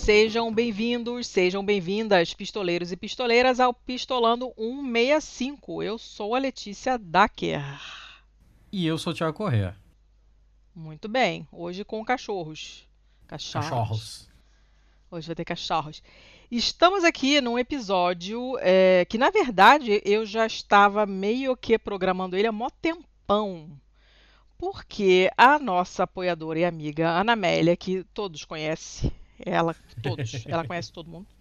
sejam bem-vindos, sejam bem-vindas, pistoleiros e pistoleiras, ao Pistolando 165. Eu sou a Letícia Dacker. E eu sou o Thiago Corrêa. Muito bem, hoje com cachorros. Cachorros. Cachorros. Hoje vai ter cachorros. Estamos aqui num episódio que, na verdade, eu já estava meio que programando ele há mó tempão. Porque a nossa apoiadora e amiga Ana Amélia, que todos conhecem, ela conhece todo mundo,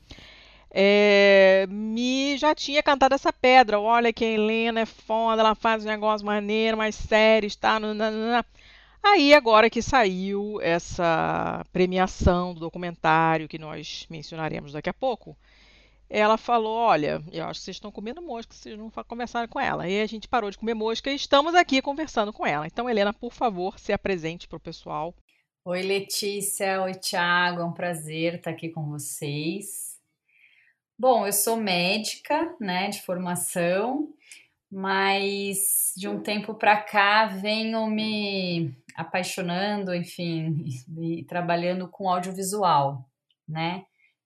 me já tinha cantado essa pedra. Olha que a Helena é foda, ela faz um negócio maneiro, mais sério, tá? Nananana. Aí, agora que saiu essa premiação do documentário que nós mencionaremos daqui a pouco, ela falou: Olha, eu acho que vocês estão comendo mosca, vocês não conversaram com ela. E a gente parou de comer mosca e estamos aqui conversando com ela. Então, Helena, por favor, se apresente para o pessoal. Oi, Letícia. Oi, Thiago. É um prazer estar aqui com vocês. Bom, eu sou médica, né, de formação, mas de um tempo para cá venho me apaixonando, enfim, e trabalhando com audiovisual, né?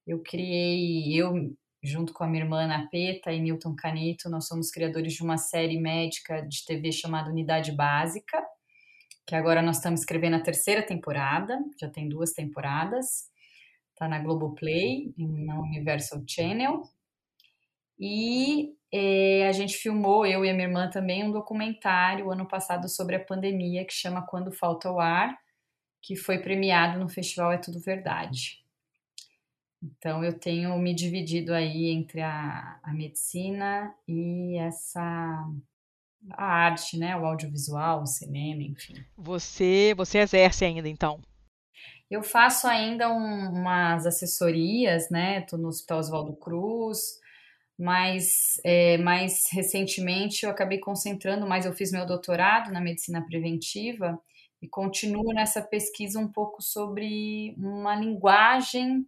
Eu junto com a minha irmã Ana Peta e Newton Canito, nós somos criadores de uma série médica de TV chamada Unidade Básica, que agora nós estamos escrevendo a terceira temporada, já tem 2 temporadas, tá na Globoplay, na Universal Channel, e a gente filmou, eu e a minha irmã também, um documentário ano passado sobre a pandemia, que chama Quando Falta o Ar, que foi premiado no Festival É Tudo Verdade. Então eu tenho me dividido aí entre a medicina e a arte, né, o audiovisual, o cinema, enfim. Você exerce ainda, então? Eu faço ainda umas assessorias, né? Estou no Hospital Oswaldo Cruz, mas mais recentemente eu acabei concentrando mais. Eu fiz meu doutorado na medicina preventiva e continuo nessa pesquisa um pouco sobre uma linguagem,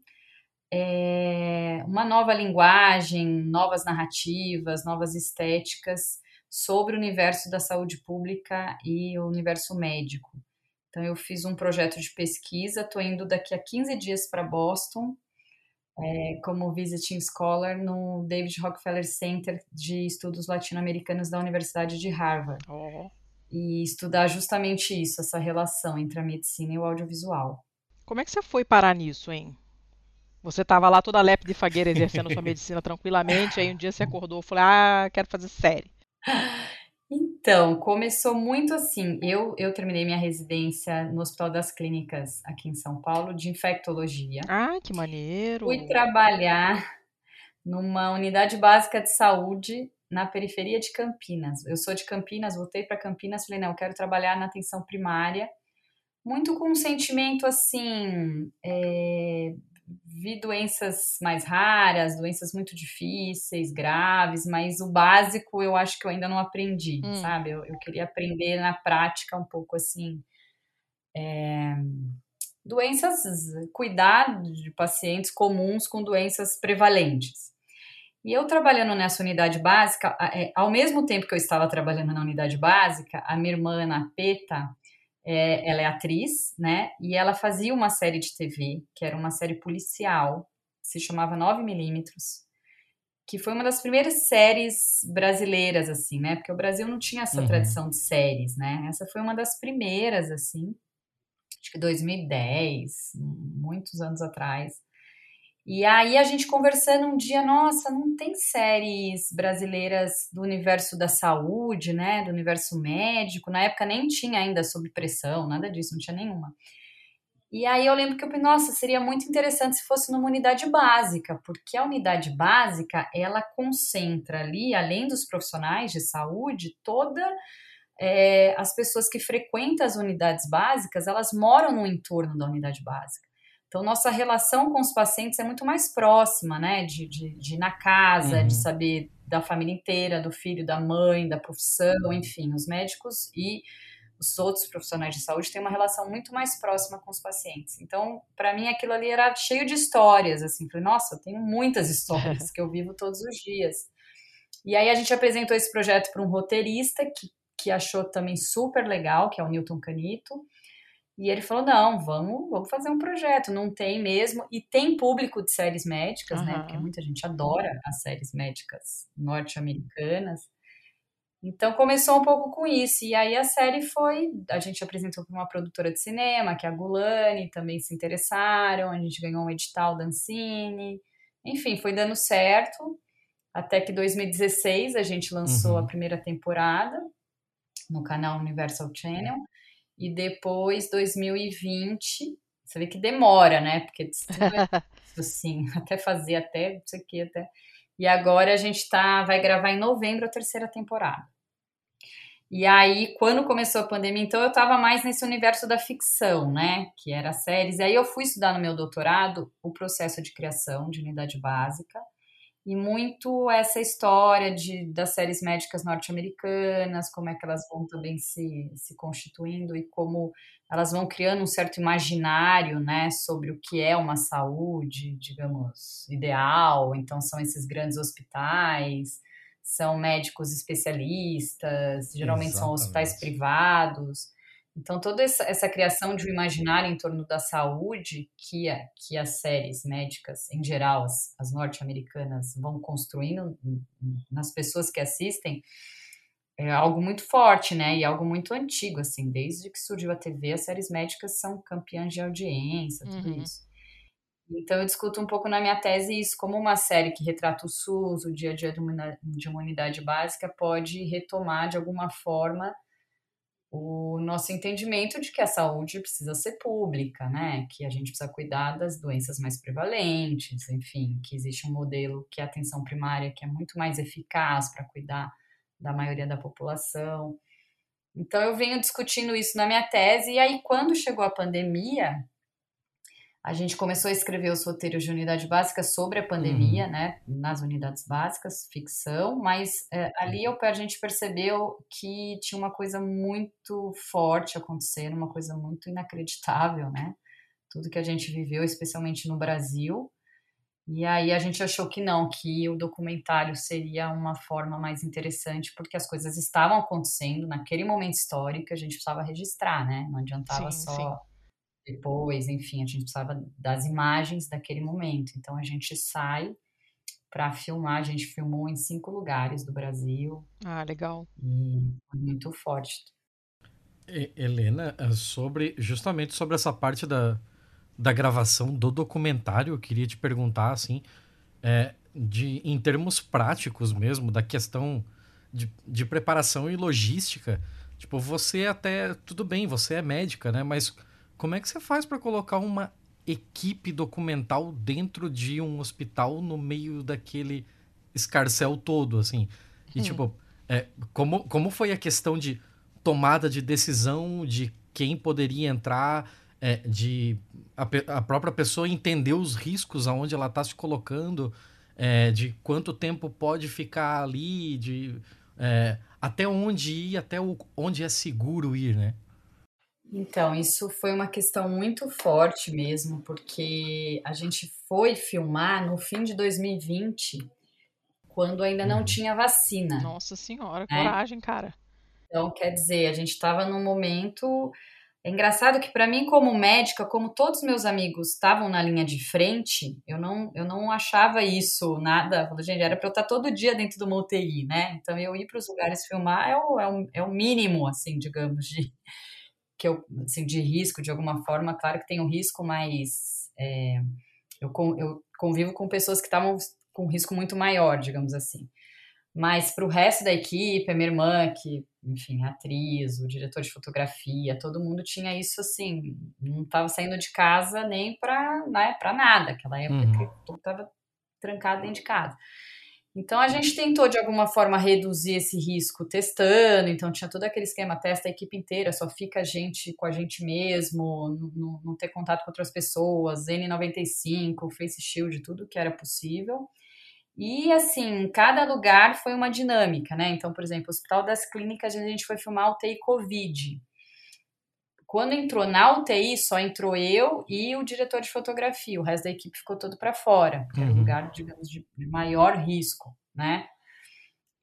uma nova linguagem, novas narrativas, novas estéticas sobre o universo da saúde pública e o universo médico. Então, eu fiz um projeto de pesquisa, estou indo daqui a 15 dias para Boston, como visiting scholar no David Rockefeller Center de Estudos Latino-Americanos da Universidade de Harvard. Oh. E estudar justamente isso, essa relação entre a medicina e o audiovisual. Como é que você foi parar nisso, hein? Você estava lá toda lépida e fagueira exercendo sua medicina tranquilamente, aí um dia você acordou e falou: quero fazer série. Então, começou muito assim. Eu terminei minha residência no Hospital das Clínicas, aqui em São Paulo, de infectologia. Ah, que Fui maneiro! trabalhar numa unidade básica de saúde na periferia de Campinas. Eu sou de Campinas, voltei para Campinas, falei, não, eu quero trabalhar na atenção primária, muito com um sentimento assim, vi doenças mais raras, doenças muito difíceis, graves, mas o básico eu acho que eu ainda não aprendi, Hum. sabe? Eu queria aprender na prática um pouco assim, doenças, cuidar de pacientes comuns com doenças prevalentes. E eu trabalhando nessa unidade básica, ao mesmo tempo que eu estava trabalhando na unidade básica, a minha irmã Ana Peta, ela é atriz, né? E ela fazia uma série de TV, que era uma série policial, se chamava 9mm, que foi uma das primeiras séries brasileiras, assim, né? Porque o Brasil não tinha essa Uhum. tradição de séries, né? Essa foi uma das primeiras, assim, acho que 2010, muitos anos atrás. E aí a gente conversando um dia, nossa, não tem séries brasileiras do universo da saúde, né, do universo médico. Na época nem tinha ainda Sob Pressão, nada disso, não tinha nenhuma. E aí eu lembro que eu pensei, nossa, seria muito interessante se fosse numa unidade básica, porque a unidade básica, ela concentra ali, além dos profissionais de saúde, as pessoas que frequentam as unidades básicas, elas moram no entorno da unidade básica. Então, nossa relação com os pacientes é muito mais próxima, né? De ir na casa, de Uhum. saber da família inteira, do filho, da mãe, da profissão, enfim. Os médicos e os outros profissionais de saúde têm uma relação muito mais próxima com os pacientes. Então, para mim, aquilo ali era cheio de histórias, assim. Falei, nossa, eu tenho muitas histórias que eu vivo todos os dias. E aí a gente apresentou esse projeto para um roteirista que achou também super legal, que é o Newton Canito. E ele falou, não, vamos fazer um projeto, não tem mesmo, e tem público de séries médicas, né, porque Aham. muita gente adora as séries médicas norte-americanas, então começou um pouco com isso, e aí a gente apresentou para uma produtora de cinema, que é a Gulani, também se interessaram, a gente ganhou um edital da Ancine, enfim, foi dando certo, até que 2016 a gente lançou a Uhum. primeira temporada no canal Universal Channel, e depois 2020, você vê que demora, né? Porque tudo é assim, até fazer, até não sei o que, até. E agora a gente vai gravar em novembro a terceira temporada. E aí, quando começou a pandemia, então eu estava mais nesse universo da ficção, né? Que era séries. E aí eu fui estudar no meu doutorado o processo de criação de unidade básica e muito essa história das séries médicas norte-americanas, como é que elas vão também se constituindo e como elas vão criando um certo imaginário, né, sobre o que é uma saúde, digamos, ideal. Então, são esses grandes hospitais, são médicos especialistas, geralmente são hospitais Exatamente. privados. Então, toda essa criação de um imaginário em torno da saúde que as séries médicas, em geral, as norte-americanas, vão construindo nas pessoas que assistem, é algo muito forte, né? E algo muito antigo, assim, desde que surgiu a TV, as séries médicas são campeãs de audiência, tudo Uhum. isso. Então, eu discuto um pouco na minha tese isso, como uma série que retrata o SUS, o dia a dia de uma unidade básica, pode retomar de alguma forma o nosso entendimento de que a saúde precisa ser pública, né? Que a gente precisa cuidar das doenças mais prevalentes, enfim, que existe um modelo que é a atenção primária, que é muito mais eficaz para cuidar da maioria da população. Então, eu venho discutindo isso na minha tese, e aí, quando chegou a pandemia, a gente começou a escrever os roteiros de unidade básica sobre a Uhum. pandemia, né, nas unidades básicas, ficção, mas ali a gente percebeu que tinha uma coisa muito forte acontecendo, uma coisa muito inacreditável, né? Tudo que a gente viveu, especialmente no Brasil. E aí a gente achou que não, que o documentário seria uma forma mais interessante, porque as coisas estavam acontecendo naquele momento histórico, a gente precisava registrar, né? Não adiantava Sim, sim. só depois, enfim, a gente precisava das imagens daquele momento. Então a gente sai para filmar, a gente filmou em 5 lugares do Brasil Ah, legal. e foi muito forte. Helena, justamente sobre essa parte da gravação do documentário, eu queria te perguntar, assim, em termos práticos mesmo, da questão de preparação e logística. Tipo, você até, tudo bem, você é médica, né? Mas como é que você faz para colocar uma equipe documental dentro de um hospital no meio daquele escarcéu todo, assim? E, Hum. tipo, como foi a questão de tomada de decisão de quem poderia entrar, a própria pessoa entender os riscos aonde ela está se colocando, de quanto tempo pode ficar ali, até onde ir, onde é seguro ir, né? Então, isso foi uma questão muito forte mesmo, porque a gente foi filmar no fim de 2020, quando ainda não Uhum. tinha vacina, Nossa senhora, né? coragem, cara. Então, quer dizer, a gente estava num momento. É engraçado que, para mim, como médica, como todos meus amigos estavam na linha de frente, eu não achava isso nada. Eu falei, gente, era para eu estar todo dia dentro de uma UTI, né? Então, eu ir para os lugares filmar é o mínimo, assim, digamos, assim, de risco, de alguma forma. Claro que tem um risco, mas eu convivo com pessoas que estavam com risco muito maior, digamos assim. Mas para o resto da equipe, a minha irmã, que, enfim, é atriz, o diretor de fotografia, todo mundo tinha isso assim, não estava saindo de casa nem para, né, para nada. Aquela época Uhum. que todo estava trancado dentro de casa. Então a gente tentou de alguma forma reduzir esse risco testando, então tinha todo aquele esquema, testa a equipe inteira, só fica a gente com a gente mesmo, não ter contato com outras pessoas, N95, Face Shield, tudo que era possível. E assim, cada lugar foi uma dinâmica, né? Então, por exemplo, o Hospital das Clínicas, a gente foi filmar UTI Covid. Quando entrou na UTI, só entrou eu e o diretor de fotografia, o resto da equipe ficou todo para fora, porque era o Uhum. lugar, digamos, de maior risco, né?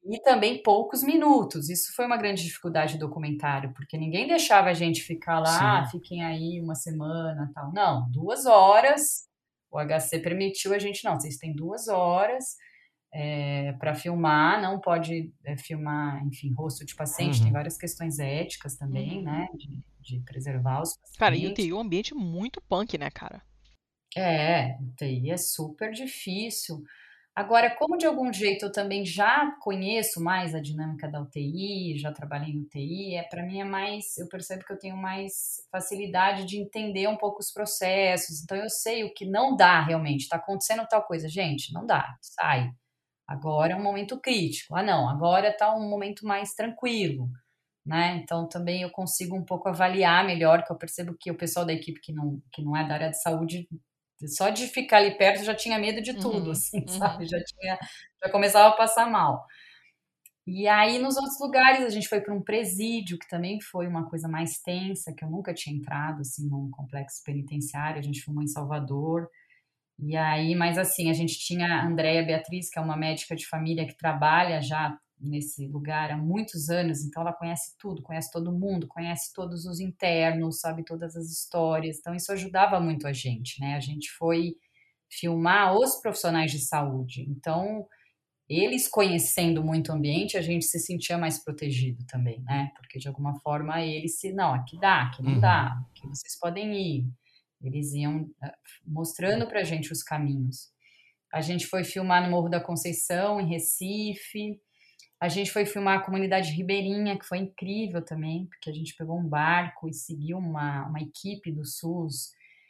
E também poucos minutos. Isso foi uma grande dificuldade do documentário, porque ninguém deixava a gente ficar lá, Sim. fiquem aí uma semana, tal. Não, 2 horas. O HC permitiu a gente, não, vocês têm 2 horas para filmar, não pode filmar, enfim, rosto de paciente, tem Uhum. várias questões éticas também, Uhum. né, de preservar os Cara, e o pacientes. TI é um ambiente muito punk, né, cara? UTI é super difícil. Agora, como de algum jeito eu também já conheço mais a dinâmica da UTI, já trabalhei em UTI, para mim é mais, eu percebo que eu tenho mais facilidade de entender um pouco os processos. Então eu sei o que não dá realmente, está acontecendo tal coisa, gente, não dá, sai. Agora é um momento crítico. Ah, não, agora está um momento mais tranquilo, né? Então também eu consigo um pouco avaliar melhor, que eu percebo que o pessoal da equipe que não é da área de saúde, só de ficar ali perto já tinha medo de tudo, Uhum. assim, Uhum. sabe? Já começava a passar mal. E aí nos outros lugares a gente foi para um presídio, que também foi uma coisa mais tensa, que eu nunca tinha entrado assim num complexo penitenciário. A gente filmou em Salvador. E aí, mas assim, a gente tinha a Andréia Beatriz, que é uma médica de família que trabalha já nesse lugar há muitos anos, então ela conhece tudo, conhece todo mundo, conhece todos os internos, sabe todas as histórias, então isso ajudava muito a gente, né? A gente foi filmar os profissionais de saúde, então eles conhecendo muito o ambiente, a gente se sentia mais protegido também, né? Porque de alguma forma eles se, não, aqui dá, aqui não Uhum. dá, aqui vocês podem ir. Eles iam mostrando pra gente os caminhos. A gente foi filmar no Morro da Conceição, em Recife. A gente foi filmar a comunidade ribeirinha, que foi incrível também, porque a gente pegou um barco e seguiu uma equipe do SUS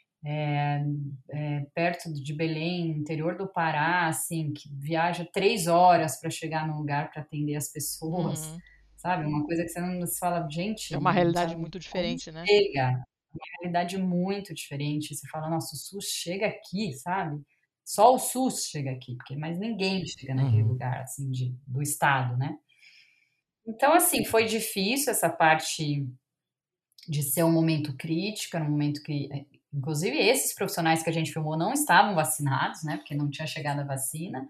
perto de Belém, interior do Pará, assim, que viaja 3 horas para chegar num lugar para atender as pessoas, Uhum. sabe? Uma coisa que você não se fala, É gente, uma realidade sabe? muito Como diferente, né? chega? Uma realidade muito diferente. Você fala, nossa, o SUS chega aqui, sabe? Só o SUS chega aqui, porque mais ninguém chega naquele Uhum. lugar, assim, do estado, né? Então, assim, foi difícil essa parte de ser um momento crítico, era um momento que, inclusive, esses profissionais que a gente filmou não estavam vacinados, né? Porque não tinha chegado a vacina,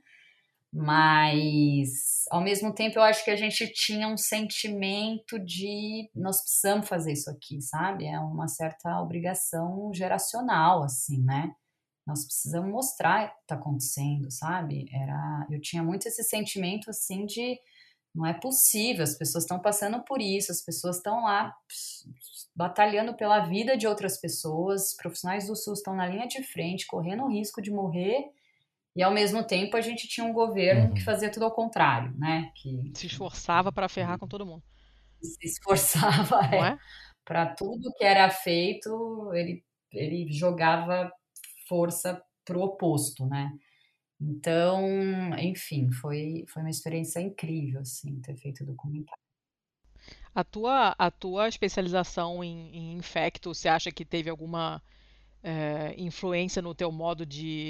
mas ao mesmo tempo eu acho que a gente tinha um sentimento de nós precisamos fazer isso aqui, sabe? É uma certa obrigação geracional, assim, né? Nós precisamos mostrar o que está acontecendo, sabe? Eu tinha muito esse sentimento assim de não é possível, as pessoas estão passando por isso, as pessoas estão lá batalhando pela vida de outras pessoas, profissionais do SUS estão na linha de frente, correndo o risco de morrer, e ao mesmo tempo a gente tinha um governo que Uhum. fazia tudo ao contrário, né? Se esforçava para ferrar com todo mundo, Que se esforçava não é? para tudo que era feito, ele jogava força pro oposto, né? Então, enfim, foi uma experiência incrível, assim, ter feito o documentário. A tua especialização em infecto, você acha que teve alguma influência no teu modo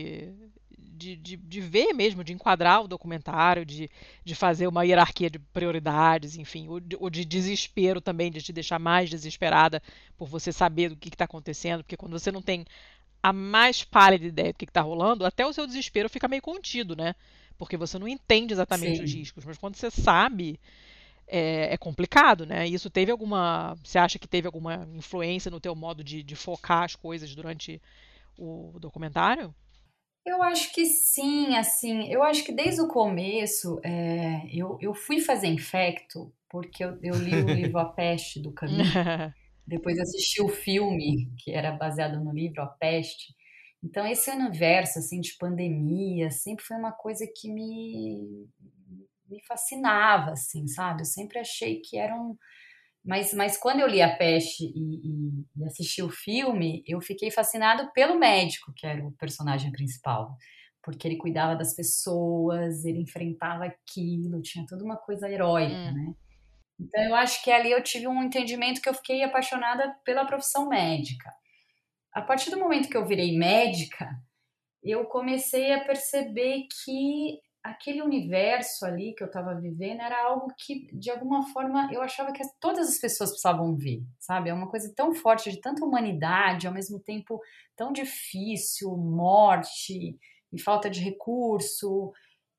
de ver mesmo, de enquadrar o documentário, de fazer uma hierarquia de prioridades, enfim, ou de desespero também, de te deixar mais desesperada por você saber do que está acontecendo, porque quando você não tem a mais pálida ideia do que está rolando, até o seu desespero fica meio contido, né? Porque você não entende exatamente os Sim. riscos, mas quando você sabe, é complicado, né? Isso teve alguma. Você acha que teve alguma influência no teu modo de focar as coisas durante o documentário? Eu acho que sim, assim, eu acho que desde o começo eu fui fazer infecto porque eu li o livro A Peste, do Camus, depois assisti o filme, que era baseado no livro A Peste. Então esse universo, assim, de pandemia sempre foi uma coisa que me fascinava, assim, sabe? Eu sempre achei que era um mas quando eu li A Peste e assisti o filme, eu fiquei fascinado pelo médico, que era o personagem principal, porque ele cuidava das pessoas, ele enfrentava aquilo, tinha toda uma coisa heróica, Hum, né? Então eu acho que ali eu tive um entendimento que eu fiquei apaixonada pela profissão médica. A partir do momento que eu virei médica, eu comecei a perceber que aquele universo ali que eu estava vivendo era algo que, de alguma forma, eu achava que todas as pessoas precisavam ver, sabe? É uma coisa tão forte, de tanta humanidade, ao mesmo tempo tão difícil, morte e falta de recurso.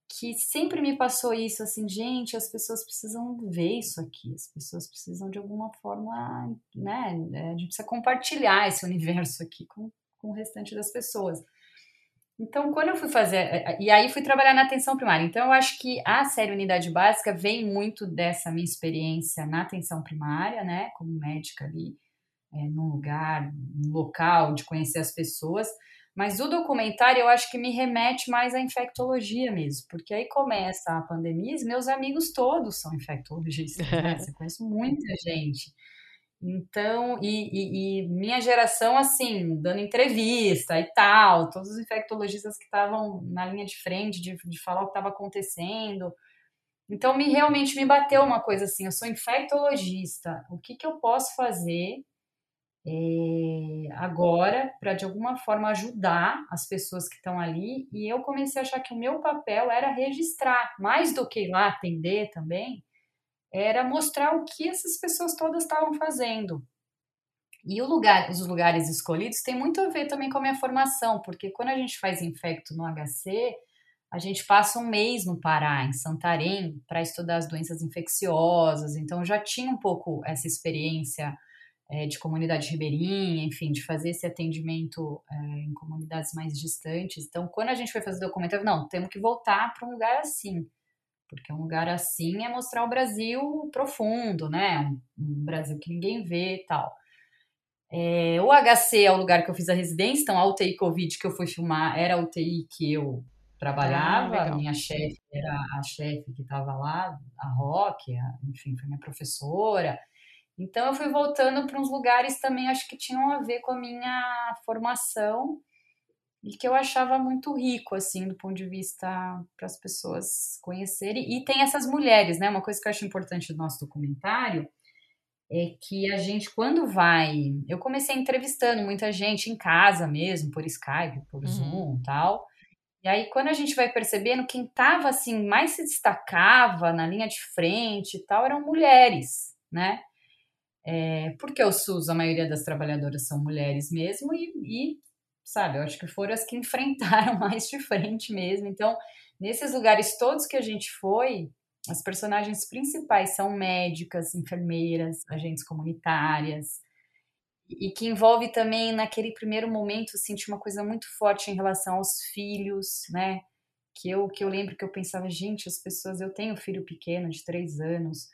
que sempre me passou isso, assim, gente, as pessoas precisam ver isso aqui, as pessoas precisam de alguma forma, né, a gente precisa compartilhar esse universo aqui com o restante das pessoas. Então, quando eu fui fazer, e aí fui trabalhar na atenção primária, então eu acho que a série Unidade Básica vem muito dessa minha experiência na atenção primária, né, como médica ali, num lugar, num local, de conhecer as pessoas. Mas o documentário eu acho que me remete mais à infectologia mesmo, porque aí começa a pandemia e meus amigos todos são infectologistas, né? Você conhece muita gente. Então, e minha geração, assim, dando entrevista e tal, todos os infectologistas que estavam na linha de frente de falar o que estava acontecendo. Então, realmente me bateu uma coisa assim, eu sou infectologista, o que que eu posso fazer agora para de alguma forma ajudar as pessoas que estão ali? E eu comecei a achar que o meu papel era registrar, mais do que ir lá atender também, era mostrar o que essas pessoas todas estavam fazendo. E os lugares escolhidos tem muito a ver também com a minha formação, porque quando a gente faz infecto no HC, a gente passa um mês no Pará, em Santarém, para estudar as doenças infecciosas. Então, eu já tinha um pouco essa experiência de comunidade ribeirinha, enfim, de fazer esse atendimento em comunidades mais distantes. Então, quando a gente foi fazer o documentário, não, temos que voltar para um lugar assim, porque um lugar assim é mostrar o Brasil profundo, né? Um Brasil que ninguém vê e tal. O HC é o lugar que eu fiz a residência, então a UTI Covid que eu fui filmar era a UTI que eu Ah, trabalhava, a legal. minha chefe era a chefe que estava lá, a Roque, enfim, foi minha professora. Então eu fui voltando para uns lugares também, acho que tinham a ver com a minha formação e que eu achava muito rico, assim, do ponto de vista para as pessoas conhecerem. E tem essas mulheres, né? Uma coisa que eu acho importante do nosso documentário é que a gente, quando vai. Eu comecei entrevistando muita gente em casa mesmo, por Skype, por Uhum. Zoom e tal. E aí, quando a gente vai percebendo, quem estava assim, mais se destacava na linha de frente e tal, eram mulheres, né? Porque o SUS, a maioria das trabalhadoras são mulheres mesmo, sabe, eu acho que foram as que enfrentaram mais de frente mesmo. Então, nesses lugares todos que a gente foi, as personagens principais são médicas, enfermeiras, agentes comunitárias, e que envolve também, naquele primeiro momento, sentir uma coisa muito forte em relação aos filhos, né? Que eu lembro que eu pensava, gente, as pessoas, eu tenho um filho pequeno de 3 anos,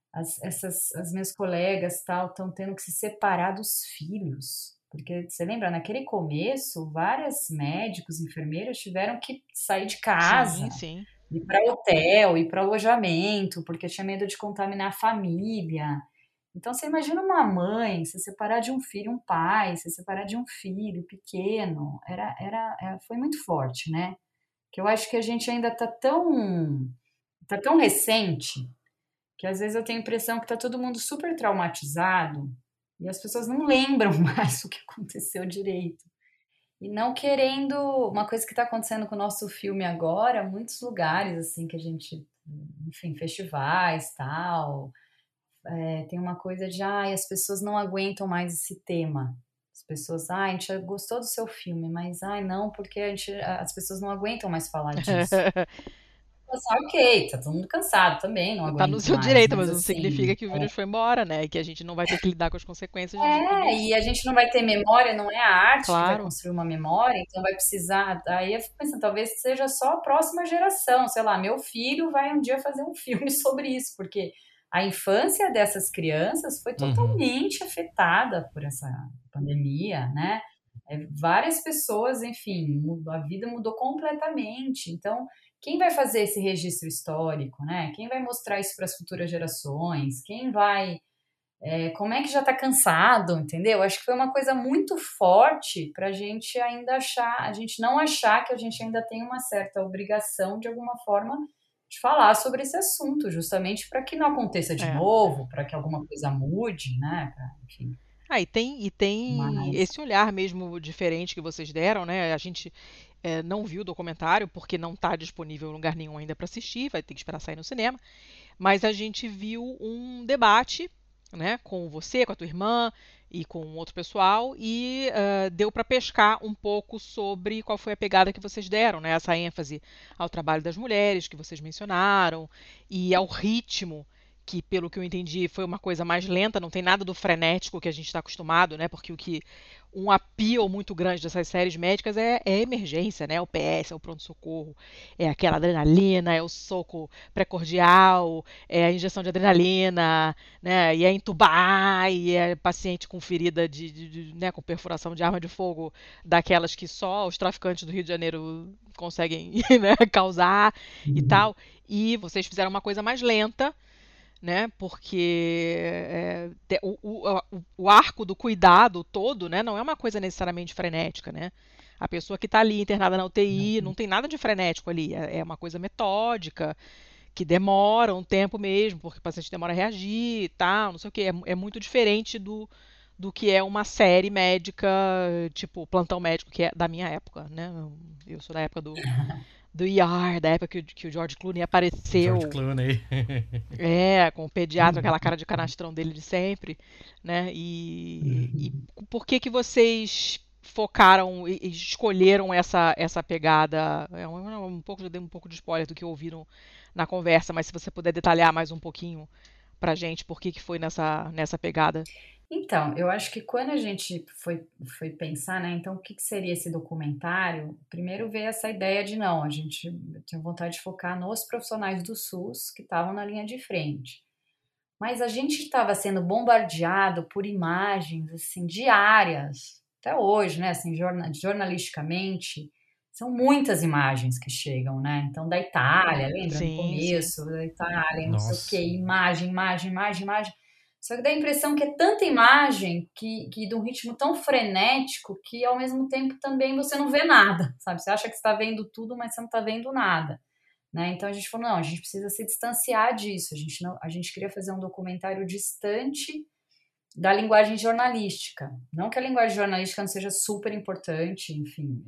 as minhas colegas tal estão tendo que se separar dos filhos. Porque você lembra, naquele começo, várias médicos, enfermeiras tiveram que sair de casa, Sim, sim. ir para hotel, ir para alojamento, porque tinha medo de contaminar a família. Então você imagina uma mãe se separar de um filho, um pai se separar de um filho pequeno. Foi muito forte, né? Que eu acho que a gente ainda tá tão recente que às vezes eu tenho a impressão que tá todo mundo super traumatizado e as pessoas não lembram mais o que aconteceu direito. E não querendo, uma coisa que está acontecendo com o nosso filme agora, muitos lugares assim que a gente, enfim, festivais, tal, tem uma coisa de, ai, as pessoas não aguentam mais esse tema. As pessoas, ai, a gente gostou do seu filme, mas ai, não, porque as pessoas não aguentam mais falar disso. Assim, ok, tá todo mundo cansado também, não Tá no aguento seu mais, direito, mas mas não significa assim, que o vírus foi embora, né? E que a gente não vai ter que lidar com as consequências de tudo e isso. a gente não vai ter memória, não é a arte que vai Claro. construir uma memória, então vai precisar. Aí eu fico pensando, talvez seja só a próxima geração, sei lá, meu filho vai um dia fazer um filme sobre isso, porque a infância dessas crianças foi Uhum. totalmente afetada por essa pandemia, né? Várias pessoas, enfim, a vida mudou completamente. Então, quem vai fazer esse registro histórico, né? Quem vai mostrar isso para as futuras gerações? Quem vai como é que já está cansado, entendeu? Acho que foi uma coisa muito forte para a gente ainda achar, a gente não achar que a gente ainda tem uma certa obrigação, de alguma forma, de falar sobre esse assunto, justamente para que não aconteça de É. novo, para que alguma coisa mude, né? Enfim, Ah, e tem mas esse olhar mesmo diferente que vocês deram, né? A gente não viu o documentário porque não está disponível em lugar nenhum ainda para assistir, vai ter que esperar sair no cinema. Mas a gente viu um debate, né, com você, com a tua irmã, e com outro pessoal, e deu para pescar um pouco sobre qual foi a pegada que vocês deram, né? Essa ênfase ao trabalho das mulheres que vocês mencionaram e ao ritmo, que pelo que eu entendi foi uma coisa mais lenta, não tem nada do frenético que a gente está acostumado, né? Porque um appeal muito grande dessas séries médicas é a emergência, né? É o PS, é o pronto-socorro, é aquela adrenalina, é o soco pré-cordial, é a injeção de adrenalina, né? E é entubar, e é paciente com ferida né? Com perfuração de arma de fogo, daquelas que só os traficantes do Rio de Janeiro conseguem, né? Causar e tal. E vocês fizeram uma coisa mais lenta, né? Porque o arco do cuidado todo, né? Não é uma coisa necessariamente frenética, né? A pessoa que está ali internada na UTI não tem nada de frenético ali, é uma coisa metódica, que demora um tempo mesmo, porque o paciente demora a reagir e tal, não sei o que. É muito diferente do que é uma série médica, tipo Plantão Médico, que é da minha época, né? Eu sou da época do ER, da época que o George Clooney George apareceu. Clooney. Com o pediatra, aquela cara de canastrão dele de sempre, né? E por que vocês focaram e escolheram essa pegada? Já dei um pouco de spoiler do que ouviram na conversa, mas se você puder detalhar mais um pouquinho pra gente, por que foi nessa pegada? Então, eu acho que quando a gente foi pensar, né, então o que seria esse documentário, primeiro veio essa ideia de não, eu tinha vontade de focar nos profissionais do SUS que estavam na linha de frente. Mas a gente estava sendo bombardeado por imagens, assim, diárias, até hoje, né, assim, jornalisticamente, são muitas imagens que chegam, né? Então, da Itália, lembra no Sim, sim. começo, da Itália, não sei o quê, Nossa. imagem, imagem, imagem, imagem. Só que dá a impressão que é tanta imagem que de um ritmo tão frenético que ao mesmo tempo também você não vê nada, sabe? Você acha que está vendo tudo, mas você não está vendo nada. Né? Então a gente falou, não, a gente precisa se distanciar disso, a gente queria fazer um documentário distante da linguagem jornalística. Não que a linguagem jornalística não seja super importante, enfim,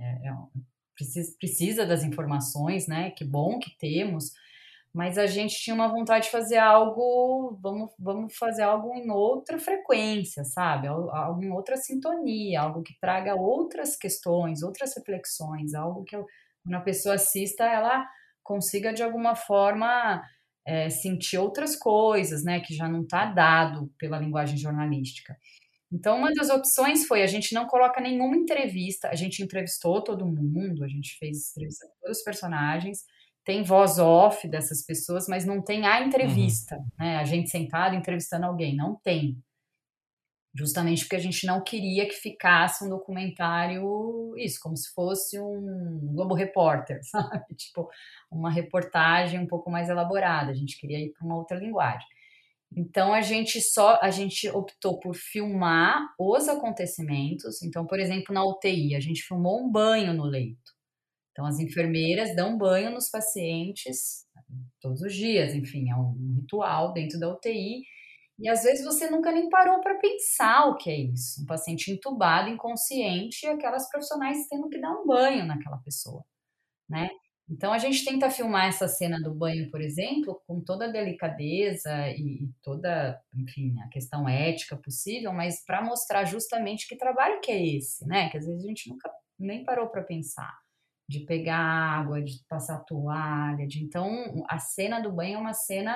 precisa das informações, né? Que bom que temos, mas a gente tinha uma vontade de fazer algo, vamos fazer algo em outra frequência, sabe? Algo em outra sintonia, algo que traga outras questões, outras reflexões, algo que quando a pessoa assista, ela consiga de alguma forma sentir outras coisas, né? Que já não está dado pela linguagem jornalística. Então, uma das opções foi a gente não coloca nenhuma entrevista, a gente entrevistou todo mundo, a gente fez entrevista com todos os personagens, tem voz off dessas pessoas, mas não tem a Uhum. entrevista, né? A gente sentado entrevistando alguém, não tem. Justamente porque a gente não queria que ficasse um documentário, isso, como se fosse um Globo Repórter, sabe? Tipo, uma reportagem um pouco mais elaborada. A gente queria ir para uma outra linguagem. Então a gente optou por filmar os acontecimentos. Então, por exemplo, na UTI, a gente filmou um banho no leito. Então, as enfermeiras dão banho nos pacientes todos os dias, enfim, é um ritual dentro da UTI. E às vezes você nunca nem parou para pensar o que é isso. Um paciente entubado, inconsciente, e aquelas profissionais tendo que dar um banho naquela pessoa, né? Então a gente tenta filmar essa cena do banho, por exemplo, com toda a delicadeza e toda, enfim, a questão ética possível, mas para mostrar justamente que trabalho que é esse, né? Que às vezes a gente nunca nem parou para pensar, de pegar água, de passar toalha, então a cena do banho é uma cena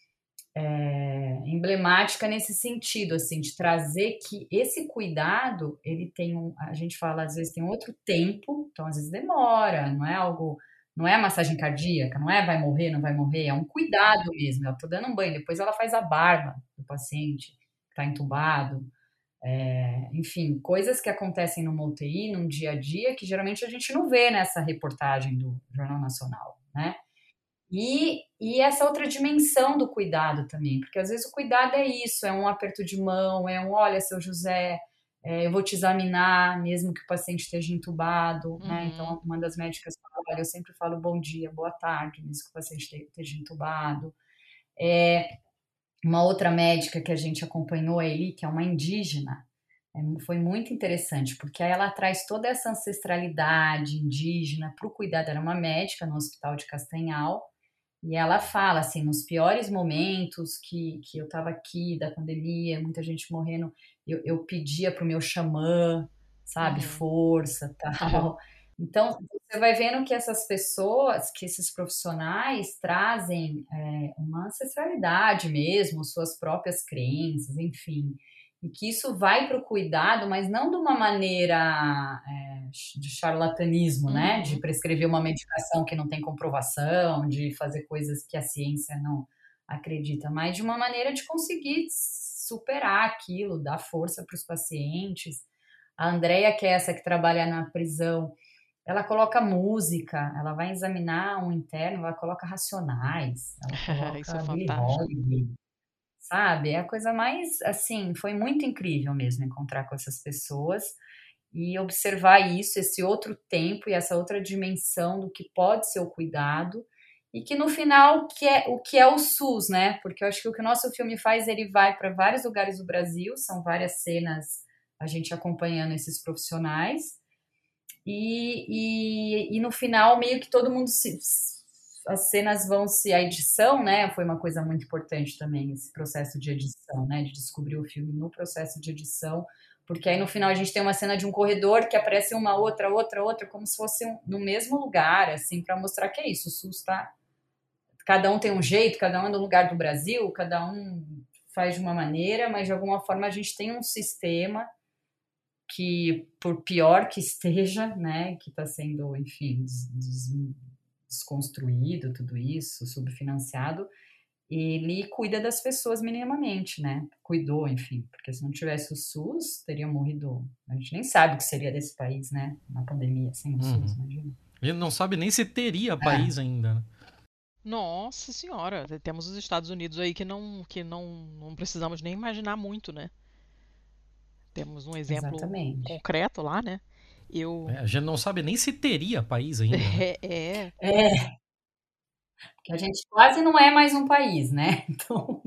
emblemática nesse sentido, assim, de trazer que esse cuidado, ele tem a gente fala, às vezes tem outro tempo, então às vezes demora, não é algo, não é massagem cardíaca, não é vai morrer, não vai morrer, é um cuidado mesmo, ela tá dando um banho, depois ela faz a barba do paciente que está entubado, enfim, coisas que acontecem no UTI, num dia a dia, que geralmente a gente não vê nessa reportagem do Jornal Nacional, né? E essa outra dimensão do cuidado também, porque às vezes o cuidado é isso, é um aperto de mão, é um olha, seu José, eu vou te examinar, mesmo que o paciente esteja entubado, né? Uhum. Então, uma das médicas fala, olha, eu sempre falo bom dia, boa tarde, mesmo que o paciente esteja entubado. Uma outra médica que a gente acompanhou aí, que é uma indígena, foi muito interessante, porque aí ela traz toda essa ancestralidade indígena para o cuidado. Era uma médica no Hospital de Castanhal, E ela fala assim, nos piores momentos que eu estava aqui da pandemia, muita gente morrendo, eu pedia pro meu xamã, sabe, Uhum. força, tal. Então, você vai vendo que essas pessoas, que esses profissionais trazem uma ancestralidade mesmo, suas próprias crenças, enfim. E que isso vai para o cuidado, mas não de uma maneira de charlatanismo, né? De Uhum. prescrever uma medicação que não tem comprovação, de fazer coisas que a ciência não acredita, mas de uma maneira de conseguir superar aquilo, dar força para os pacientes. A Andrea, que é essa que trabalha na prisão, ela coloca música, ela vai examinar um interno, ela coloca Racionais, ela Isso é coloca Billie fantástico. Holiday, sabe? É a coisa mais, assim, foi muito incrível mesmo encontrar com essas pessoas e observar isso, esse outro tempo e essa outra dimensão do que pode ser o cuidado e que no final o que é o SUS, né? Porque eu acho que o que o nosso filme faz, ele vai para vários lugares do Brasil, são várias cenas a gente acompanhando esses profissionais e no final meio que todo mundo se as cenas vão se a edição, né? Foi uma coisa muito importante também esse processo de edição, né? De descobrir o filme no processo de edição, porque aí no final a gente tem uma cena de um corredor que aparece uma outra, como se fosse no mesmo lugar, assim, para mostrar que é isso. O SUS tá, cada um tem um jeito, cada um é no lugar do Brasil, cada um faz de uma maneira, mas de alguma forma a gente tem um sistema que, por pior que esteja, né, que está sendo, enfim, desconstruído tudo isso, subfinanciado, ele cuida das pessoas minimamente, né? Cuidou, enfim, porque se não tivesse o SUS, teria morrido. A gente nem sabe o que seria desse país, né? Na pandemia, sem o SUS, Uhum. imagina. Ele não sabe nem se teria É, país ainda, né? Nossa senhora, temos os Estados Unidos aí que não precisamos nem imaginar muito, né? Temos um exemplo exatamente. concreto lá, né? Eu. É, a gente não sabe nem se teria país ainda, né? É. É, que a gente quase não é mais um país, né? Então,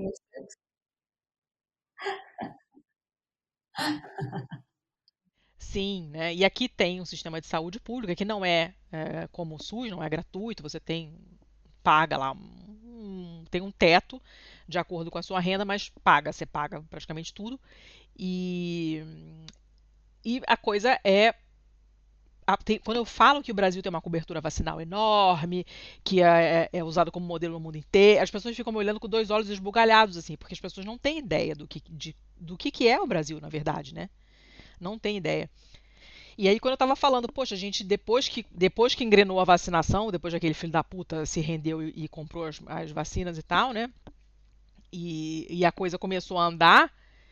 Sim, né? E aqui tem um sistema de saúde pública que não é como o SUS, não é gratuito, você paga lá, tem um teto de acordo com a sua renda, mas você paga praticamente tudo. E, e a coisa quando eu falo que o Brasil tem uma cobertura vacinal enorme, que é usado como modelo no mundo inteiro, as pessoas ficam me olhando com dois olhos esbugalhados, assim, porque as pessoas não têm ideia do que é o Brasil, na verdade, né? Não tem ideia. E aí, quando eu tava falando, poxa, gente, depois que engrenou a vacinação, depois que aquele filho da puta se rendeu e comprou as vacinas e tal, né? E a coisa começou a andar,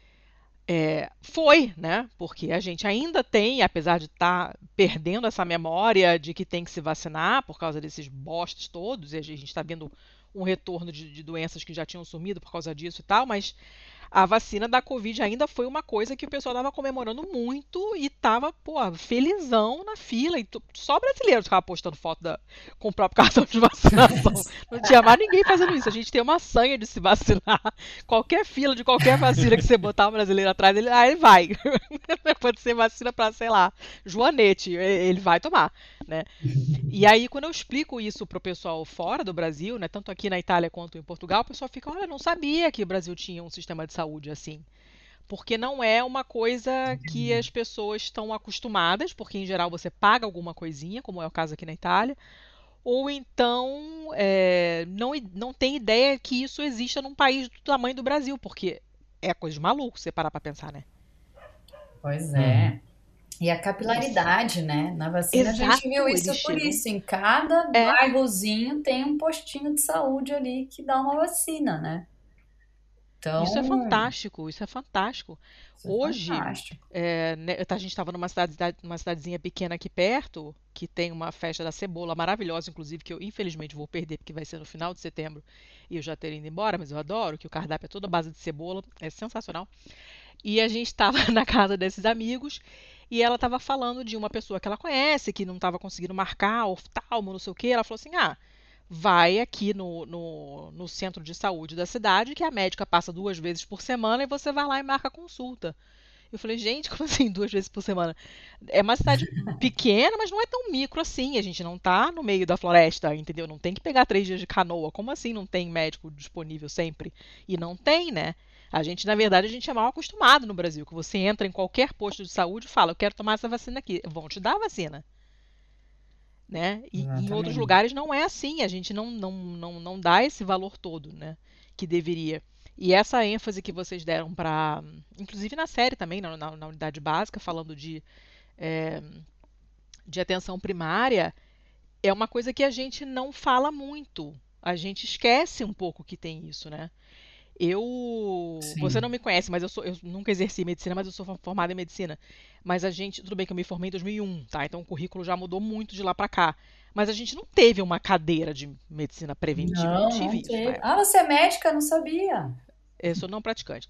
foi, né? Porque a gente ainda tem, apesar de estar perdendo essa memória de que tem que se vacinar por causa desses bostes todos, e a gente está vendo um retorno de doenças que já tinham sumido por causa disso e tal, mas a vacina da Covid ainda foi uma coisa que o pessoal estava comemorando muito e tava, pô, felizão na fila. E só brasileiro ficava postando foto com o próprio cartão de vacinação. Não tinha mais ninguém fazendo isso. A gente tem uma sanha de se vacinar. Qualquer fila de qualquer vacina que você botar um brasileiro atrás, ele vai. Pode ser vacina para, sei lá, Joanete, ele vai tomar, né? E aí, quando eu explico isso pro pessoal fora do Brasil, né, tanto aqui na Itália quanto em Portugal, o pessoal fica, olha, não sabia que o Brasil tinha um sistema de saúde assim. Porque não é uma coisa que as pessoas estão acostumadas, porque em geral você paga alguma coisinha, como é o caso aqui na Itália, ou então não tem ideia que isso exista num país do tamanho do Brasil, porque é coisa de maluco você parar pra pensar, né? pois Uhum. é. E a capilaridade, né? Na vacina a gente viu Exato, eles isso por chegam. isso. Em cada É, bairrozinho tem um postinho de saúde ali que dá uma vacina, né? isso é Então, fantástico, isso é fantástico. isso é Hoje, fantástico. né, a gente estava numa cidadezinha pequena aqui perto, que tem uma festa da cebola maravilhosa, inclusive, que eu infelizmente vou perder, porque vai ser no final de setembro e eu já teria ido embora, mas eu adoro, que o cardápio é toda à base de cebola, é sensacional. E a gente estava na casa desses amigos e ela estava falando de uma pessoa que ela conhece, que não estava conseguindo marcar, oftalmo, não sei o quê. Ela falou assim: ah, vai aqui no centro de saúde da cidade, que a médica passa 2 vezes por semana e você vai lá e marca a consulta. Eu falei, gente, como assim 2 vezes por semana? É uma cidade pequena, mas não é tão micro assim. A gente não tá no meio da floresta, entendeu? Não tem que pegar 3 dias de canoa. Como assim não tem médico disponível sempre? E não tem, né? A gente, na verdade, a gente é mal acostumado no Brasil, que você entra em qualquer posto de saúde e fala, eu quero tomar essa vacina aqui. Vão te dar a vacina. Né? E em outros Exatamente. lugares não é assim, a gente não dá esse valor todo, né, que deveria. E essa ênfase que vocês deram para, inclusive na série também, na unidade básica, falando de atenção primária, é uma coisa que a gente não fala muito. A gente esquece um pouco que tem isso, né? Você não Sim. me conhece, mas eu nunca exerci medicina, mas eu sou formada em medicina. Mas a gente, tudo bem que eu me formei em 2001, tá? Então o currículo já mudou muito de lá pra cá. Mas a gente não teve uma cadeira de medicina preventiva, eu não Não, tive não isso na teve. época. Ah, você é médica? Não sabia. Eu sou não praticante.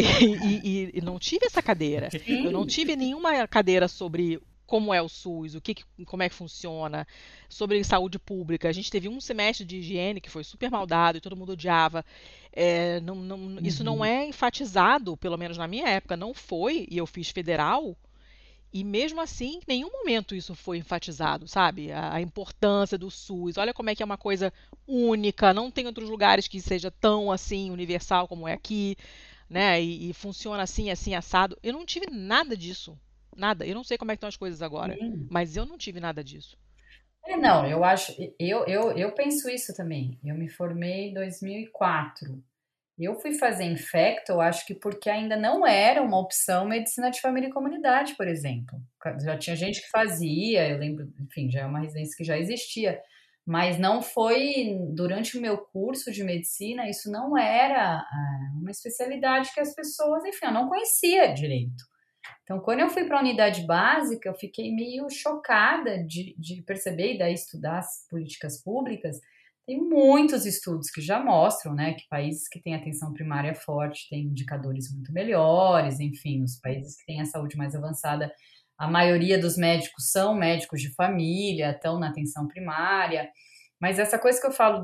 E não tive essa cadeira. Eu não Sim. tive nenhuma cadeira sobre como é o SUS, como é que funciona, sobre saúde pública. A gente teve um semestre de higiene que foi super mal dado e todo mundo odiava. Isso não Uhum. é enfatizado, pelo menos na minha época, não foi, e eu fiz federal, e mesmo assim, em nenhum momento isso foi enfatizado, sabe? A importância do SUS. Olha como é que é uma coisa única, não tem outros lugares que seja tão assim universal como é aqui, né? E funciona assim, assim, assado. Eu não tive nada disso. Nada. Eu não sei como é que estão as coisas agora, Sim. mas eu não tive nada disso. Não, eu acho, eu penso isso também. Eu me formei em 2004. Eu fui fazer infecto, eu acho que porque ainda não era uma opção medicina de família e comunidade, por exemplo. Já tinha gente que fazia, eu lembro, enfim, já é uma residência que já existia, mas não foi durante o meu curso de medicina, isso não era uma especialidade que as pessoas, enfim, eu não conhecia direito. Então, quando eu fui para a unidade básica, eu fiquei meio chocada de perceber e daí estudar as políticas públicas. Tem muitos estudos que já mostram, né, que países que têm atenção primária forte têm indicadores muito melhores, enfim, os países que têm a saúde mais avançada, a maioria dos médicos são médicos de família, estão na atenção primária. Mas essa coisa que eu falo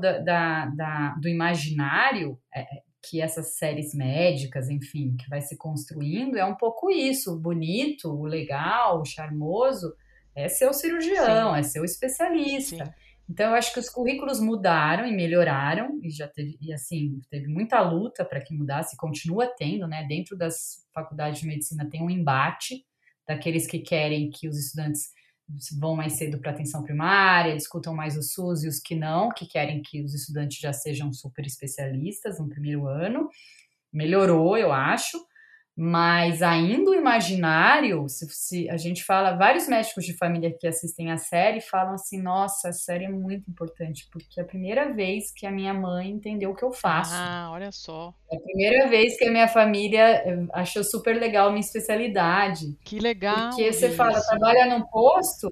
do imaginário, que essas séries médicas, enfim, que vai se construindo, é um pouco isso. O bonito, o legal, o charmoso é ser o cirurgião, Sim, é ser o especialista. sim. Então, eu acho que os currículos mudaram e melhoraram, e já teve, e assim, teve muita luta para que mudasse, continua tendo, né? Dentro das faculdades de medicina tem um embate daqueles que querem que os estudantes vão mais cedo para atenção primária, discutam mais o SUS, e os que não, que querem que os estudantes já sejam super especialistas no primeiro ano. Melhorou, eu acho, mas ainda o imaginário, se a gente fala, vários médicos de família que assistem a série falam assim, nossa, a série é muito importante, porque é a primeira vez que a minha mãe entendeu o que eu faço. Ah, olha só. É a primeira vez que a minha família achou super legal a minha especialidade. Que legal Porque você ouvir fala, isso. trabalha num posto.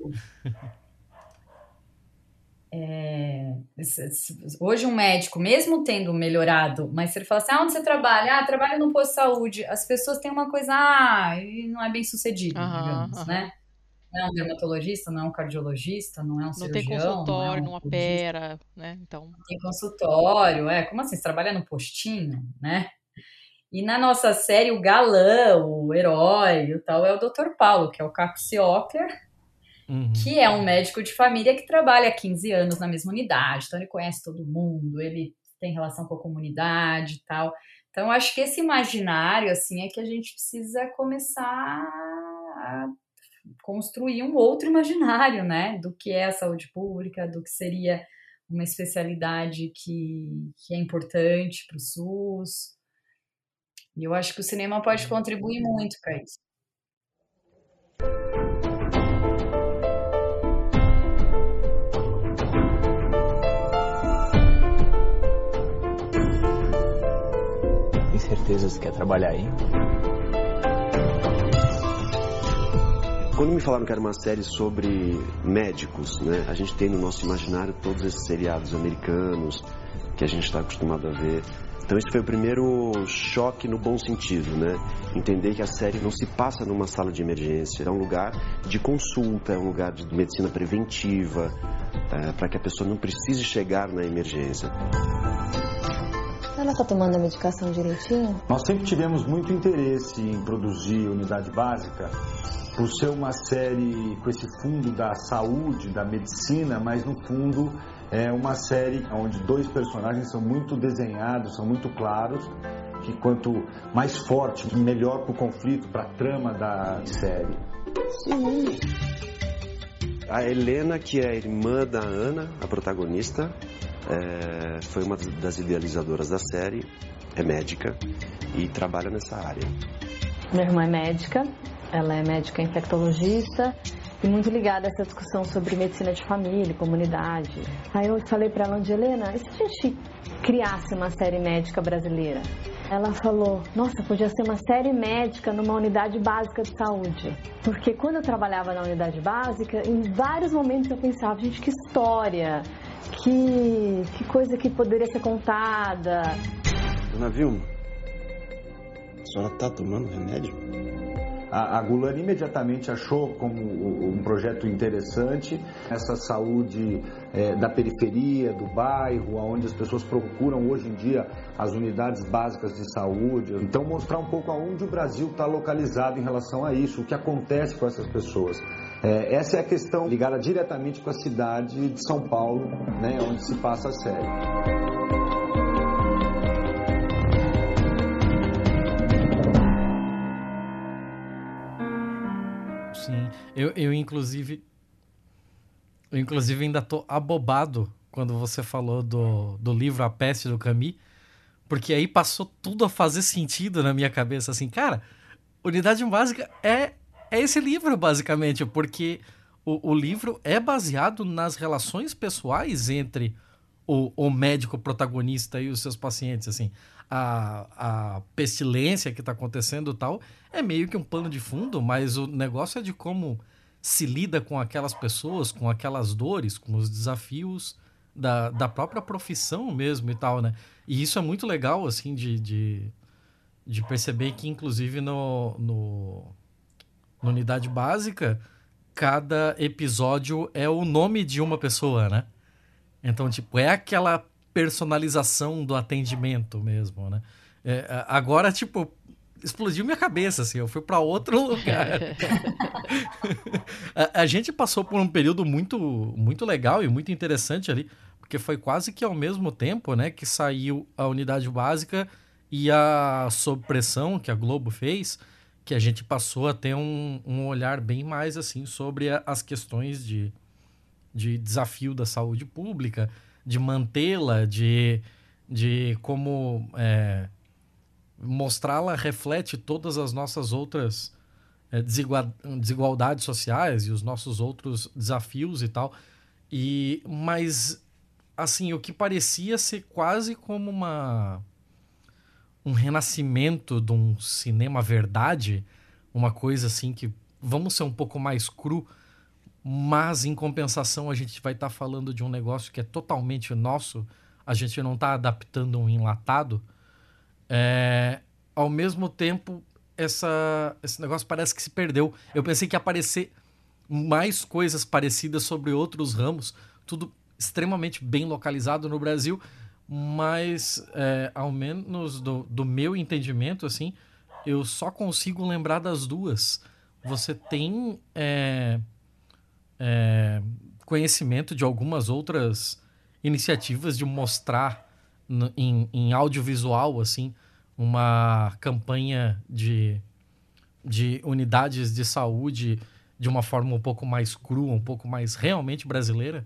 Hoje um médico, mesmo tendo melhorado, mas se ele fala assim, ah, onde você trabalha? Ah, trabalho no posto de saúde. As pessoas têm uma coisa, ele não é bem sucedido, Aham, digamos, né? aham. Não é um dermatologista, não é um cardiologista, não é um Não tem cirurgião, não é consultório, um não oncologista, opera, né? Então, não tem consultório, como assim? Você trabalha no postinho, né? E na nossa série, o galã, o herói, o tal, é o Dr. Paulo, que é o Capsioker, Uhum. que é um médico de família que trabalha há 15 anos na mesma unidade, então ele conhece todo mundo, ele tem relação com a comunidade e tal. Então, acho que esse imaginário, assim, é que a gente precisa começar a construir um outro imaginário, né, do que é a saúde pública, do que seria uma especialidade que é importante para o SUS. E eu acho que o cinema pode contribuir muito para isso. Tem certeza que você quer trabalhar aí? Quando me falaram que era uma série sobre médicos, né? A gente tem no nosso imaginário todos esses seriados americanos que a gente está acostumado a ver. Então esse foi o primeiro choque no bom sentido, né? Entender que a série não se passa numa sala de emergência, é um lugar de consulta, é um lugar de medicina preventiva, para que a pessoa não precise chegar na emergência. Ela tá tomando a medicação direitinho? Nós sempre tivemos muito interesse em produzir Unidade Básica por ser uma série com esse fundo da saúde, da medicina, mas no fundo é uma série onde 2 personagens são muito desenhados, são muito claros, que quanto mais forte, melhor para o conflito, para a trama da série. Sim. A Helena, que é a irmã da Ana, a protagonista, foi uma das idealizadoras da série, é médica e trabalha nessa área. Minha irmã é médica, ela é médica infectologista e muito ligada a essa discussão sobre medicina de família e comunidade. Aí eu falei para ela, Helena, e se a gente criasse uma série médica brasileira? Ela falou, nossa, podia ser uma série médica numa unidade básica de saúde. Porque quando eu trabalhava na unidade básica, em vários momentos eu pensava, gente, que história, que coisa que poderia ser contada. Dona Vilma, a senhora está tomando remédio? A Gulani imediatamente achou como um projeto interessante essa saúde da periferia, do bairro, onde as pessoas procuram hoje em dia as unidades básicas de saúde. Então mostrar um pouco aonde o Brasil está localizado em relação a isso, o que acontece com essas pessoas. Essa é a questão ligada diretamente com a cidade de São Paulo, né, onde se passa a série. Sim, eu inclusive ainda tô abobado quando você falou do livro A Peste do Camus, porque aí passou tudo a fazer sentido na minha cabeça, assim, cara, Unidade Básica é esse livro, basicamente, porque o livro é baseado nas relações pessoais entre o médico protagonista e os seus pacientes, assim. A pestilência que está acontecendo e tal é meio que um pano de fundo, mas o negócio é de como se lida com aquelas pessoas, com aquelas dores, com os desafios da própria profissão mesmo e tal, né? E isso é muito legal, assim, de perceber que, inclusive, no Unidade Básica, cada episódio é o nome de uma pessoa, né? Então, tipo, é aquela personalização do atendimento mesmo, né? Agora, tipo, explodiu minha cabeça, assim, eu fui para outro lugar. A gente passou por um período muito, muito legal e muito interessante ali, porque foi quase que ao mesmo tempo, né, que saiu a Unidade Básica e a Sob Pressão, que a Globo fez, que a gente passou a ter um olhar bem mais, assim, sobre as questões de desafio da saúde pública, de mantê-la, de como mostrá-la reflete todas as nossas outras desigualdades sociais e os nossos outros desafios e tal. Mas, assim, o que parecia ser quase como um renascimento de um cinema verdade, uma coisa assim que vamos ser um pouco mais cru, mas em compensação a gente vai estar falando de um negócio que é totalmente nosso, a gente não está adaptando um enlatado. Ao mesmo tempo, esse negócio parece que se perdeu. Eu pensei que ia aparecer mais coisas parecidas sobre outros ramos, tudo extremamente bem localizado no Brasil, mas ao menos do meu entendimento, assim, eu só consigo lembrar das duas. Você tem conhecimento de algumas outras iniciativas de mostrar em audiovisual, assim, uma campanha de unidades de saúde de uma forma um pouco mais crua, um pouco mais realmente brasileira?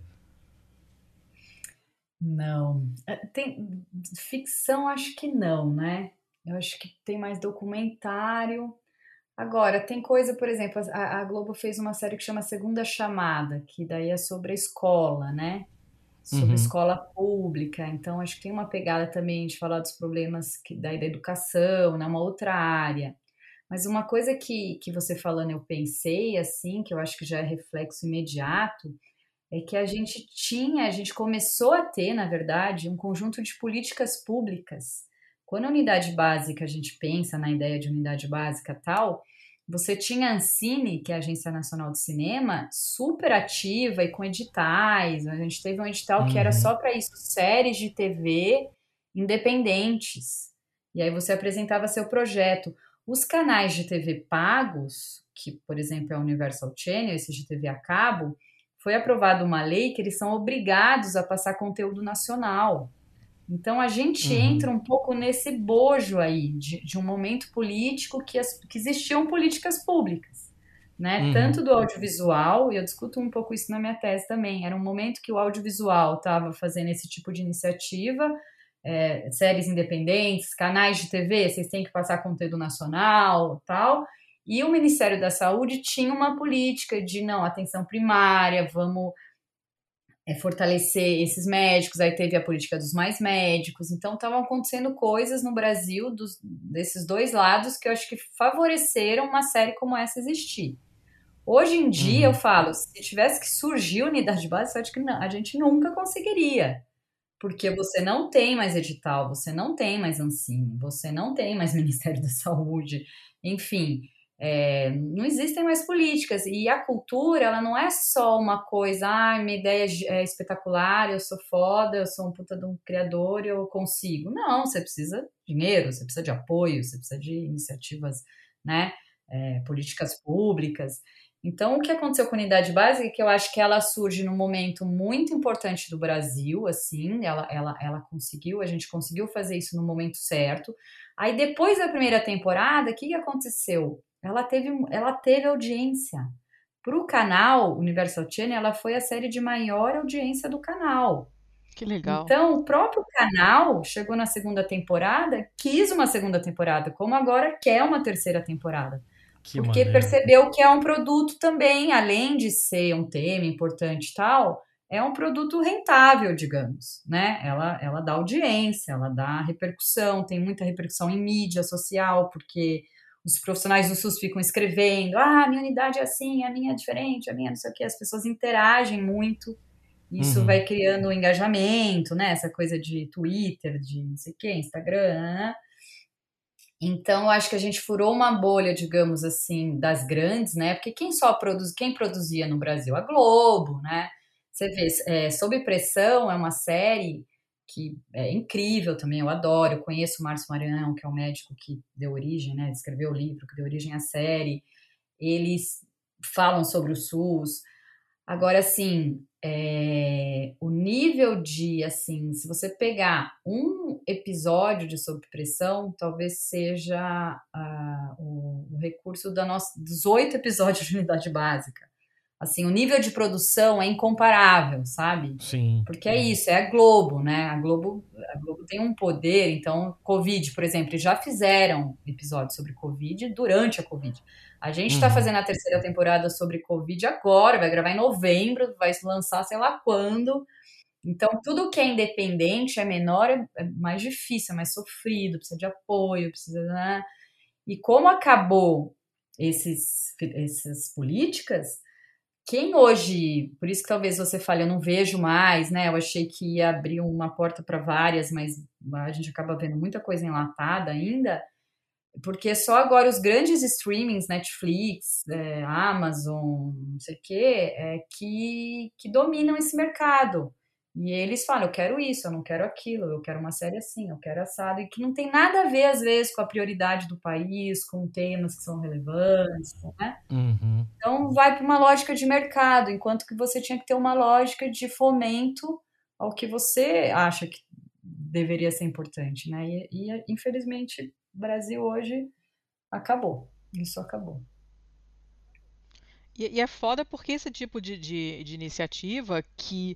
Não. Tem ficção, acho que não, né? Eu acho que tem mais documentário. Agora, tem coisa, por exemplo, a Globo fez uma série que chama Segunda Chamada, que daí é sobre a escola, né? Sobre escola pública. Então, acho que tem uma pegada também de falar dos problemas da educação, né? Uma outra área. Mas uma coisa que você falando, eu pensei, assim, que eu acho que já é reflexo imediato, é que a gente começou a ter, na verdade, um conjunto de políticas públicas. Quando a unidade básica, a gente pensa na ideia de unidade básica tal, você tinha a Ancine, que é a Agência Nacional de Cinema, super ativa e com editais. A gente teve um edital que era só para isso, séries de TV independentes. E aí você apresentava seu projeto. Os canais de TV pagos, que, por exemplo, é a Universal Channel, esse de TV a cabo, foi aprovada uma lei que eles são obrigados a passar conteúdo nacional. Então, a gente entra um pouco nesse bojo aí, de um momento político que existiam políticas públicas, né? Tanto do audiovisual, e eu discuto um pouco isso na minha tese também, era um momento que o audiovisual estava fazendo esse tipo de iniciativa, séries independentes, canais de TV, vocês têm que passar conteúdo nacional, tal, e o Ministério da Saúde tinha uma política de, não, atenção primária, vamos fortalecer esses médicos, aí teve a política dos mais médicos, então estavam acontecendo coisas no Brasil desses dois lados que eu acho que favoreceram uma série como essa existir. Hoje em dia, eu falo, se tivesse que surgir unidade básica, eu acho que não, a gente nunca conseguiria, porque você não tem mais edital, você não tem mais Ancine, você não tem mais Ministério da Saúde, enfim... não existem mais políticas, e a cultura, ela não é só uma coisa, minha ideia é espetacular, eu sou foda, eu sou um puta de um criador, eu consigo. Não, você precisa de dinheiro, você precisa de apoio, você precisa de iniciativas, né, políticas públicas. Então, o que aconteceu com a unidade básica é que eu acho que ela surge num momento muito importante do Brasil, assim, ela conseguiu, a gente conseguiu fazer isso no momento certo. Aí, depois da primeira temporada, o que aconteceu? Ela teve audiência. Para o canal Universal Channel, ela foi a série de maior audiência do canal. Que legal. Então, o próprio canal chegou na segunda temporada, quis uma segunda temporada, como agora quer uma terceira temporada. Porque percebeu que é um produto também, além de ser um tema importante e tal, é um produto rentável, digamos, né? Ela dá audiência, ela dá repercussão, tem muita repercussão em mídia social, porque... os profissionais do SUS ficam escrevendo, minha unidade é assim, a minha é diferente, a minha não sei o que, as pessoas interagem muito, isso vai criando um engajamento, né, essa coisa de Twitter, de não sei o que, Instagram, né? Então, eu acho que a gente furou uma bolha, digamos assim, das grandes, né, porque quem produzia no Brasil? A Globo, né, você vê, Sob Pressão é uma série... que é incrível também, eu adoro, eu conheço o Márcio Maranhão, que é o médico que deu origem, né, escreveu o livro, que deu origem à série, eles falam sobre o SUS. Agora, assim, o nível de, assim, se você pegar um episódio de Sob Pressão, talvez seja o recurso dos 8 episódios de Unidade Básica. Assim, o nível de produção é incomparável, sabe? Sim. Porque é isso, é a Globo, né? A Globo tem um poder, então, Covid, por exemplo, eles já fizeram episódios sobre Covid durante a Covid. A gente está fazendo a terceira temporada sobre Covid agora, vai gravar em novembro, vai se lançar sei lá quando. Então, tudo que é independente, é menor, é mais difícil, é mais sofrido, precisa de apoio, precisa... né? E como acabou essas políticas... Quem hoje, por isso que talvez você fale, eu não vejo mais, né? Eu achei que ia abrir uma porta para várias, mas a gente acaba vendo muita coisa enlatada ainda, porque só agora os grandes streamings, Netflix, Amazon, não sei o quê, que dominam esse mercado. E eles falam, eu quero isso, eu não quero aquilo, eu quero uma série assim, eu quero assado, e que não tem nada a ver, às vezes, com a prioridade do país, com temas que são relevantes, né? Então, vai para uma lógica de mercado, enquanto que você tinha que ter uma lógica de fomento ao que você acha que deveria ser importante, né? E infelizmente, o Brasil hoje acabou. Isso acabou. E é foda porque esse tipo de iniciativa que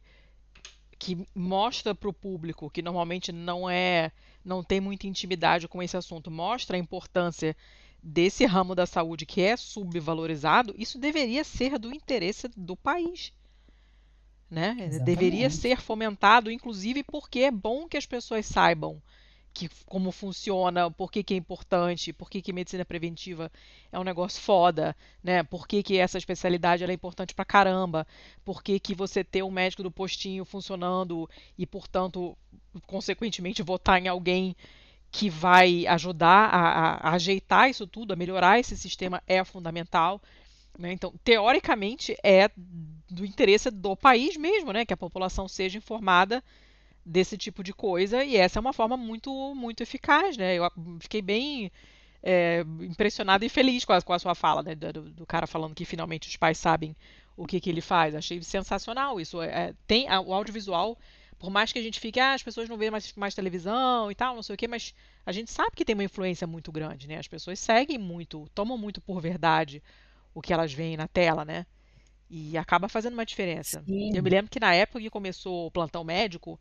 mostra para o público, que normalmente não tem muita intimidade com esse assunto, mostra a importância desse ramo da saúde que é subvalorizado, isso deveria ser do interesse do país, né? Deveria ser fomentado, inclusive porque é bom que as pessoas saibam como funciona, por que é importante, por que medicina preventiva é um negócio foda, né? Por que essa especialidade ela é importante pra caramba, por que você ter um médico do postinho funcionando e, portanto, consequentemente, votar em alguém que vai ajudar a ajeitar isso tudo, a melhorar esse sistema é fundamental, né? Então, teoricamente, é do interesse do país mesmo, né? Que a população seja informada desse tipo de coisa, e essa é uma forma muito, muito eficaz, né? Eu fiquei bem impressionada e feliz com a sua fala, né? Do cara falando que finalmente os pais sabem o que ele faz. Achei sensacional isso. O audiovisual, por mais que a gente fique, as pessoas não veem mais televisão e tal, não sei o quê, mas a gente sabe que tem uma influência muito grande, né? As pessoas seguem muito, tomam muito por verdade o que elas veem na tela, né? E acaba fazendo uma diferença. Eu me Sim. lembro que na época que começou o plantão médico,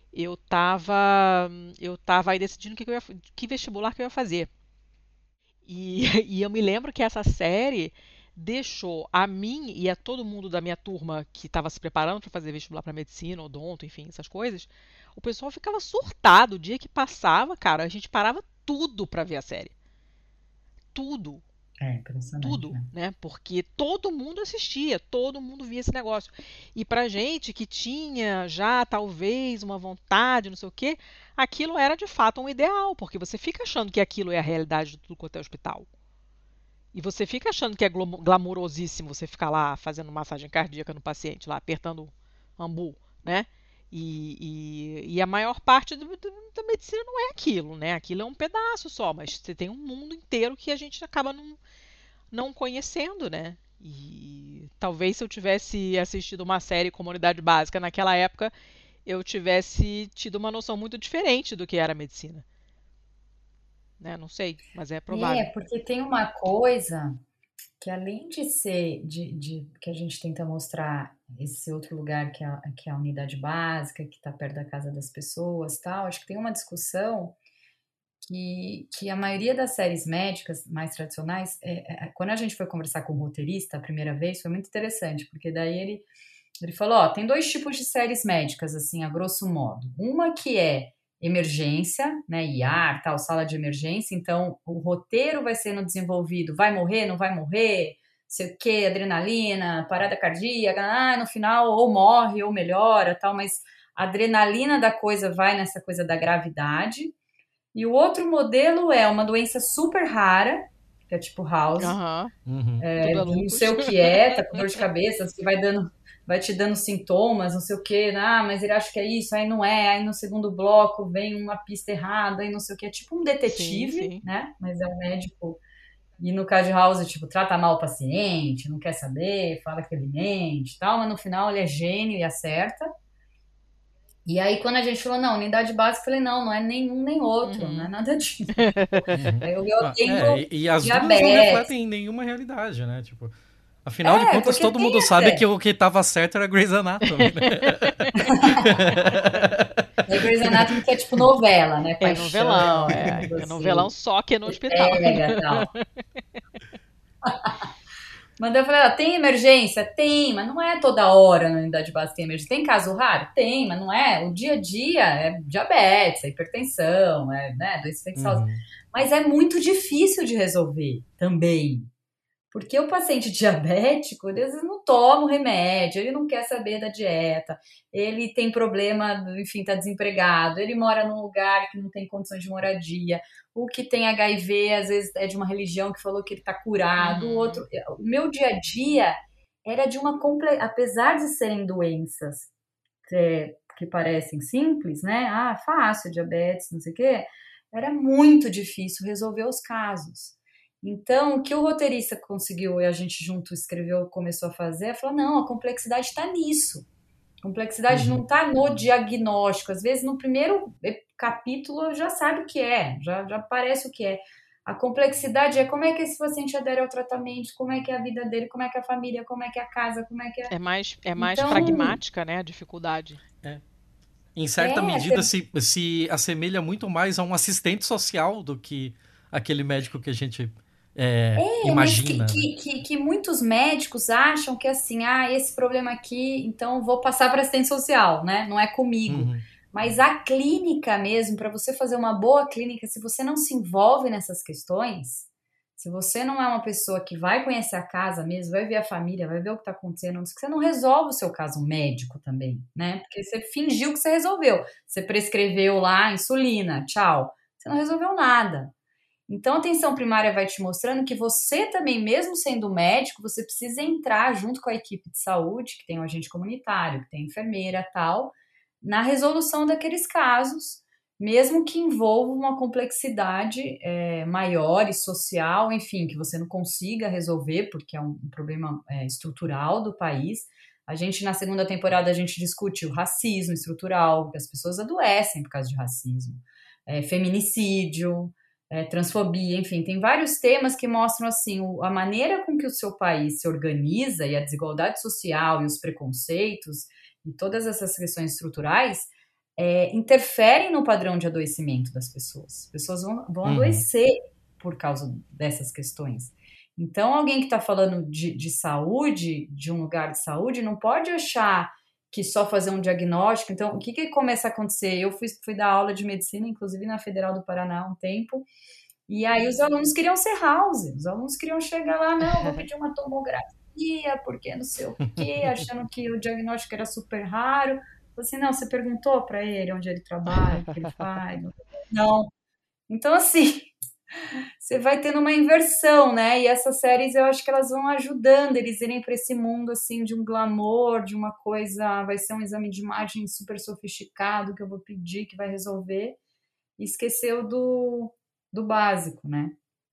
eu tava aí decidindo que vestibular que eu ia fazer. E, e eu me lembro que essa série deixou a mim e a todo mundo da minha turma que estava se preparando para fazer vestibular para medicina, odonto, enfim, essas coisas, o pessoal ficava surtado. O dia que passava, cara, a gente parava tudo para ver a série. Tudo. É impressionante, Tudo, né? né? Porque todo mundo assistia, todo mundo via esse negócio. E pra gente que tinha já talvez uma vontade, não sei o quê, aquilo era de fato um ideal, porque você fica achando que aquilo é a realidade de tudo quanto é hospital. E você fica achando que é glamurosíssimo você ficar lá fazendo massagem cardíaca no paciente, lá apertando ambu, né? E a maior parte da medicina não é aquilo, né? Aquilo é um pedaço só, mas você tem um mundo inteiro que a gente acaba não conhecendo, né? E talvez se eu tivesse assistido uma série Comunidade Básica naquela época, eu tivesse tido uma noção muito diferente do que era a medicina, né? Não sei, mas é provável. Porque tem uma coisa que além de ser que a gente tenta mostrar esse outro lugar que é a unidade básica, que está perto da casa das pessoas, tal, acho que tem uma discussão que a maioria das séries médicas mais tradicionais, quando a gente foi conversar com o roteirista a primeira vez, foi muito interessante, porque daí ele falou, ó, tem dois tipos de séries médicas, assim, a grosso modo. Uma que é emergência, né, IR, tal, sala de emergência, então o roteiro vai sendo desenvolvido, vai morrer, não vai morrer, sei o que, adrenalina, parada cardíaca, no final ou morre ou melhora, tal, mas a adrenalina da coisa vai nessa coisa da gravidade. E o outro modelo é uma doença super rara, que é tipo House, Aham, Uhum. tudo é não sei lupus. o que tá com dor de cabeça, que vai te dando sintomas, não sei o que, mas ele acha que é isso, aí não é, aí no segundo bloco vem uma pista errada, aí não sei o que, é tipo um Sim, detetive, sim. né? Mas é um médico, e no caso de House, tipo, trata mal o paciente, não quer saber, fala que ele mente e tal, mas no final ele é gênio e acerta. E aí, quando a gente falou, não, unidade básica, eu falei, não, não é nenhum nem outro, não é Uhum. nada disso. Uhum. Eu E, atendo e as duas não diabetes. refletem nenhuma realidade, né? Tipo, afinal de contas, Porque todo tem mundo sabe que até. o que tava certo era Grey's Anatomy, né? E Grey's Anatomy que é tipo novela, né? É novelão, Paixão, que é novelão você só que no hospital. pega e tal. Mas daí eu falei, tem emergência? Tem, mas não é toda hora na unidade básica tem emergência. Tem caso raro? Tem, mas não é. O dia a dia é diabetes, é hipertensão, né, doença infecciosa. Uhum. Mas é muito difícil de resolver também. Porque o paciente diabético, ele às vezes não toma o remédio, ele não quer saber da dieta, ele tem problema, enfim, está desempregado, ele mora num lugar que não tem condições de moradia, o que tem HIV, às vezes é de uma religião que falou que ele está curado, o Uhum. outro... O meu dia a dia era de uma... Apesar de serem doenças que parecem simples, né? Fácil, diabetes, não sei o quê, era muito difícil resolver os casos. Então, o que o roteirista conseguiu e a gente junto escreveu, começou a fazer, falou, não, a complexidade está nisso. A complexidade não Uhum. está no diagnóstico. Às vezes, no primeiro capítulo, já sabe o que é, já parece o que é. A complexidade é como é que esse paciente adere ao tratamento, como é que é a vida dele, como é que é a família, como é que é a casa, como é que é... É mais Então, pragmática, né, a dificuldade. Em certa medida, você se assemelha muito mais a um assistente social do que aquele médico que a gente mas que, imagina, né? que, que, que muitos médicos acham que assim, esse problema aqui, então vou passar para assistente social, né? Não é comigo. Uhum. Mas a clínica mesmo, para você fazer uma boa clínica, se você não se envolve nessas questões, se você não é uma pessoa que vai conhecer a casa mesmo, vai ver a família, vai ver o que está acontecendo, você não resolve o seu caso médico também, né? Porque você fingiu que você resolveu. Você prescreveu lá insulina, tchau. Você não resolveu nada. Então, a atenção primária vai te mostrando que você também, mesmo sendo médico, você precisa entrar junto com a equipe de saúde, que tem o agente comunitário, que tem a enfermeira e tal, na resolução daqueles casos, mesmo que envolva uma complexidade maior e social, enfim, que você não consiga resolver, porque é um problema estrutural do país. A gente, na segunda temporada, a gente discute o racismo estrutural, que as pessoas adoecem por causa de racismo, feminicídio, transfobia, enfim, tem vários temas que mostram, assim, a maneira com que o seu país se organiza e a desigualdade social e os preconceitos e todas essas questões estruturais interferem no padrão de adoecimento das pessoas. As pessoas vão adoecer por causa dessas questões. Então, alguém que está falando de saúde, de um lugar de saúde, não pode achar que só fazer um diagnóstico. Então, o que começa a acontecer? Eu fui dar aula de medicina, inclusive na Federal do Paraná há um tempo, e aí os alunos queriam ser house, os alunos queriam chegar lá, não, vou pedir uma tomografia, porque não sei o quê, achando que o diagnóstico era super raro. Assim, não, você perguntou para ele onde ele trabalha, o que ele faz? Não. Então, assim, você vai tendo uma inversão, né? E essas séries, eu acho que elas vão ajudando eles irem para esse mundo, assim, de um glamour, de uma coisa, vai ser um exame de imagem super sofisticado que eu vou pedir, que vai resolver, e esqueceu do básico, né?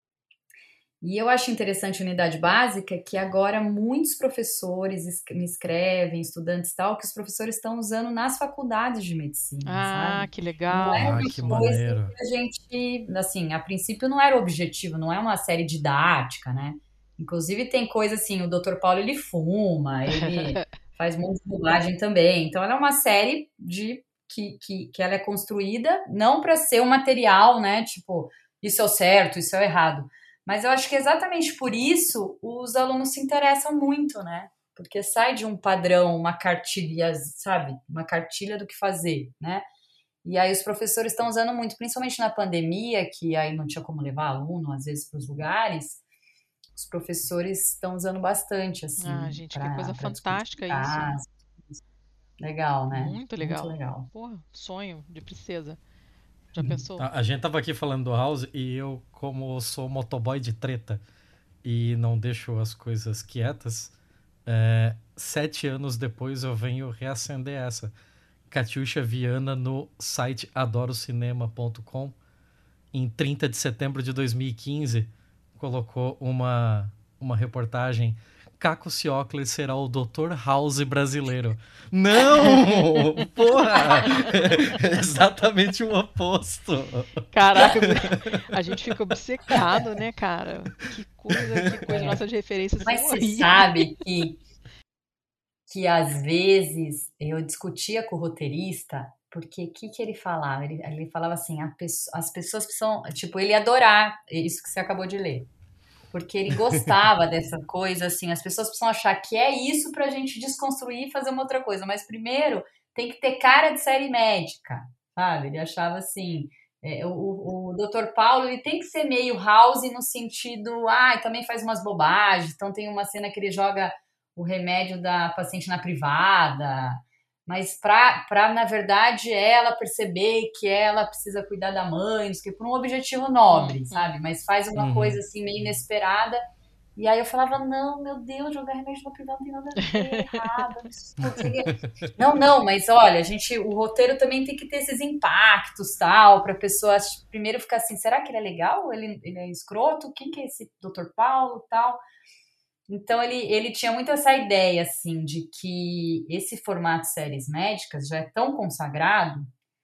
E eu acho interessante a unidade básica que agora muitos professores me escrevem, estudantes e tal, que os professores estão usando nas faculdades de medicina, sabe? Que Não legal. é uma que coisa maneiro. que a gente, assim, a princípio não era objetivo, não é uma série didática, né? Inclusive tem coisa assim, o Dr. Paulo ele fuma, ele faz um monte de bobagem também. Então ela é uma série que ela é construída não para ser um material, né? Tipo, isso é o certo, isso é o errado. Mas eu acho que exatamente por isso os alunos se interessam muito, né? Porque sai de um padrão, uma cartilha, sabe? Uma cartilha do que fazer, né? E aí os professores estão usando muito, principalmente na pandemia, que aí não tinha como levar aluno, às vezes, para os lugares. Os professores estão usando bastante, assim, Gente, que coisa para discutir fantástica casos. isso. Legal, né? Muito legal. Muito legal. Porra, sonho de princesa. Já pensou? A gente tava aqui falando do House e eu, como sou motoboy de treta e não deixo as coisas quietas, 7 anos depois eu venho reacender essa. Catiúcha Viana no site adorocinema.com, em 30 de setembro de 2015, colocou uma reportagem: Caco Ciocler será o Dr. House brasileiro. Não! Porra! Exatamente o oposto. Caraca, a gente fica obcecado, né, cara? Que coisa, nossas referências Mas são você horríveis. sabe que às vezes eu discutia com o roteirista, porque o que ele falava? Ele falava assim, as pessoas precisam, tipo, ele ia adorar isso que você acabou de ler. Porque ele gostava dessa coisa, assim, as pessoas precisam achar que é isso pra gente desconstruir e fazer uma outra coisa, mas primeiro tem que ter cara de série médica, sabe? Ele achava assim, o Dr. Paulo, ele tem que ser meio house no sentido, também faz umas bobagens, então tem uma cena que ele joga o remédio da paciente na privada, mas pra na verdade ela perceber que ela precisa cuidar da mãe, que por um objetivo nobre, sabe? Mas faz uma coisa assim meio inesperada. E aí eu falava, não, meu Deus, jogar remédio na privada não tem nada a ver, errado. Não, mas olha, o roteiro também tem que ter esses impactos, tal, pra pessoa primeiro ficar assim, será que ele é legal? Ele é escroto? Quem que é esse Dr. Paulo, tal? Então, ele tinha muito essa ideia, assim, de que esse formato de séries médicas já é tão consagrado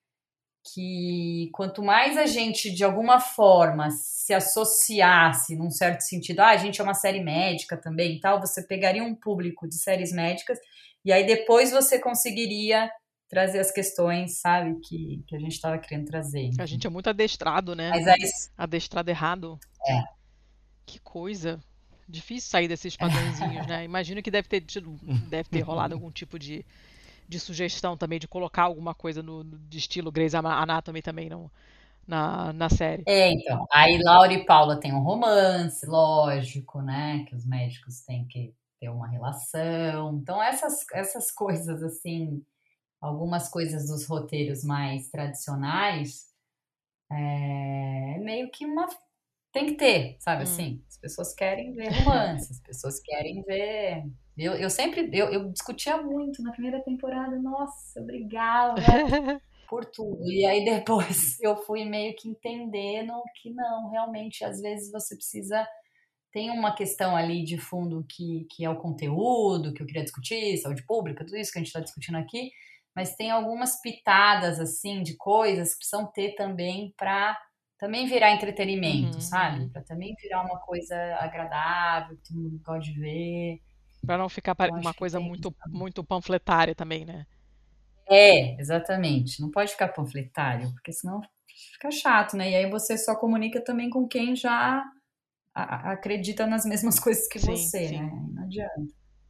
que quanto mais a gente, de alguma forma, se associasse num certo sentido, a gente é uma série médica também e tal, você pegaria um público de séries médicas e aí depois você conseguiria trazer as questões, sabe, que a gente estava querendo trazer. A gente é muito adestrado, né? Mas é isso. Adestrado errado. Que coisa. Difícil sair desses padrõezinhos, né? Imagino que deve ter rolado algum tipo de sugestão também de colocar alguma coisa de estilo Grey's Anatomy também na série. Então. Aí Laura e Paula têm um romance, lógico, né? Que os médicos têm que ter uma relação. Então, essas coisas, assim, algumas coisas dos roteiros mais tradicionais, meio que tem que ter, sabe assim? As pessoas querem ver romance, as pessoas querem ver. Eu discutia muito na primeira temporada, nossa, eu brigava por tudo. E aí depois eu fui meio que entendendo que não, realmente, às vezes você precisa. Tem uma questão ali de fundo que é o conteúdo, que eu queria discutir, saúde pública, tudo isso que a gente está discutindo aqui, mas tem algumas pitadas, assim, de coisas que precisam ter também para também virar entretenimento, sabe? Para também virar uma coisa agradável, que todo mundo pode ver. Para não ficar Eu uma acho que coisa tem isso. muito, muito panfletária também, né? Exatamente. Não pode ficar panfletário, porque senão fica chato, né? E aí você só comunica também com quem já acredita nas mesmas coisas que Sim, você, né? sim. Não adianta.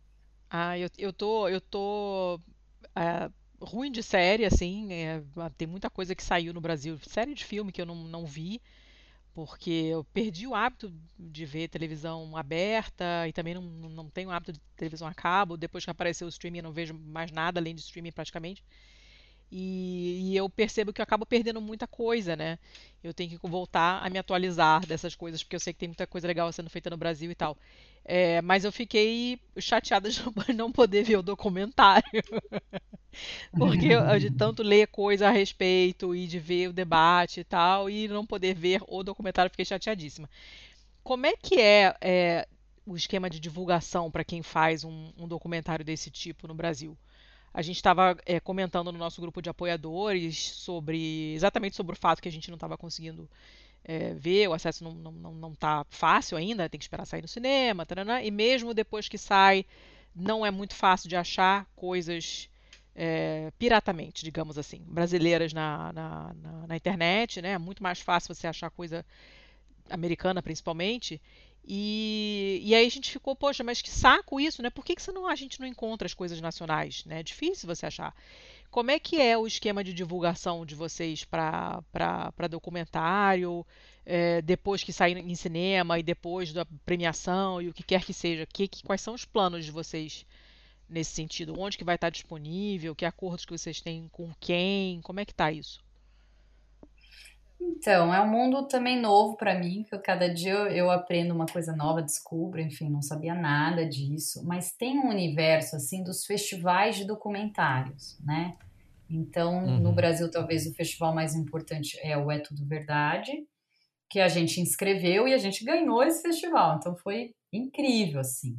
Eu tô é, ruim de série, assim. Tem muita coisa que saiu no Brasil, série de filme que eu não vi, porque eu perdi o hábito de ver televisão aberta e também não tenho o hábito de televisão a cabo. Depois que apareceu o streaming, eu não vejo mais nada além de streaming praticamente. E eu percebo que eu acabo perdendo muita coisa, né? Eu tenho que voltar a me atualizar dessas coisas, porque eu sei que tem muita coisa legal sendo feita no Brasil e tal. Mas eu fiquei chateada de não poder ver o documentário, porque de tanto ler coisa a respeito e de ver o debate e tal, e não poder ver o documentário, eu fiquei chateadíssima. Como é que é o esquema de divulgação para quem faz um documentário desse tipo no Brasil? A gente estava comentando no nosso grupo de apoiadores exatamente sobre o fato que a gente não estava conseguindo ver, o acesso não tá fácil ainda, tem que esperar sair no cinema, taranã, e mesmo depois que sai, não é muito fácil de achar coisas piratamente, digamos assim, brasileiras na internet, né? É muito mais fácil você achar coisa americana principalmente. E aí a gente ficou, poxa, mas que saco isso, né? Por que a gente não encontra as coisas nacionais, né? É difícil você achar. Como é que é o esquema de divulgação de vocês para documentário, depois que sair em cinema e depois da premiação e o que quer que seja? Quais são os planos de vocês nesse sentido? Onde que vai estar disponível? Que acordos que vocês têm com quem? Como é que está isso? Então, é um mundo também novo para mim, que cada dia eu aprendo uma coisa nova, descubro, enfim, não sabia nada disso, mas tem um universo assim dos festivais de documentários, né? Então, no Uhum. Brasil, talvez o festival mais importante é o É Tudo Verdade, que a gente inscreveu e a gente ganhou esse festival. Então, foi incrível, assim.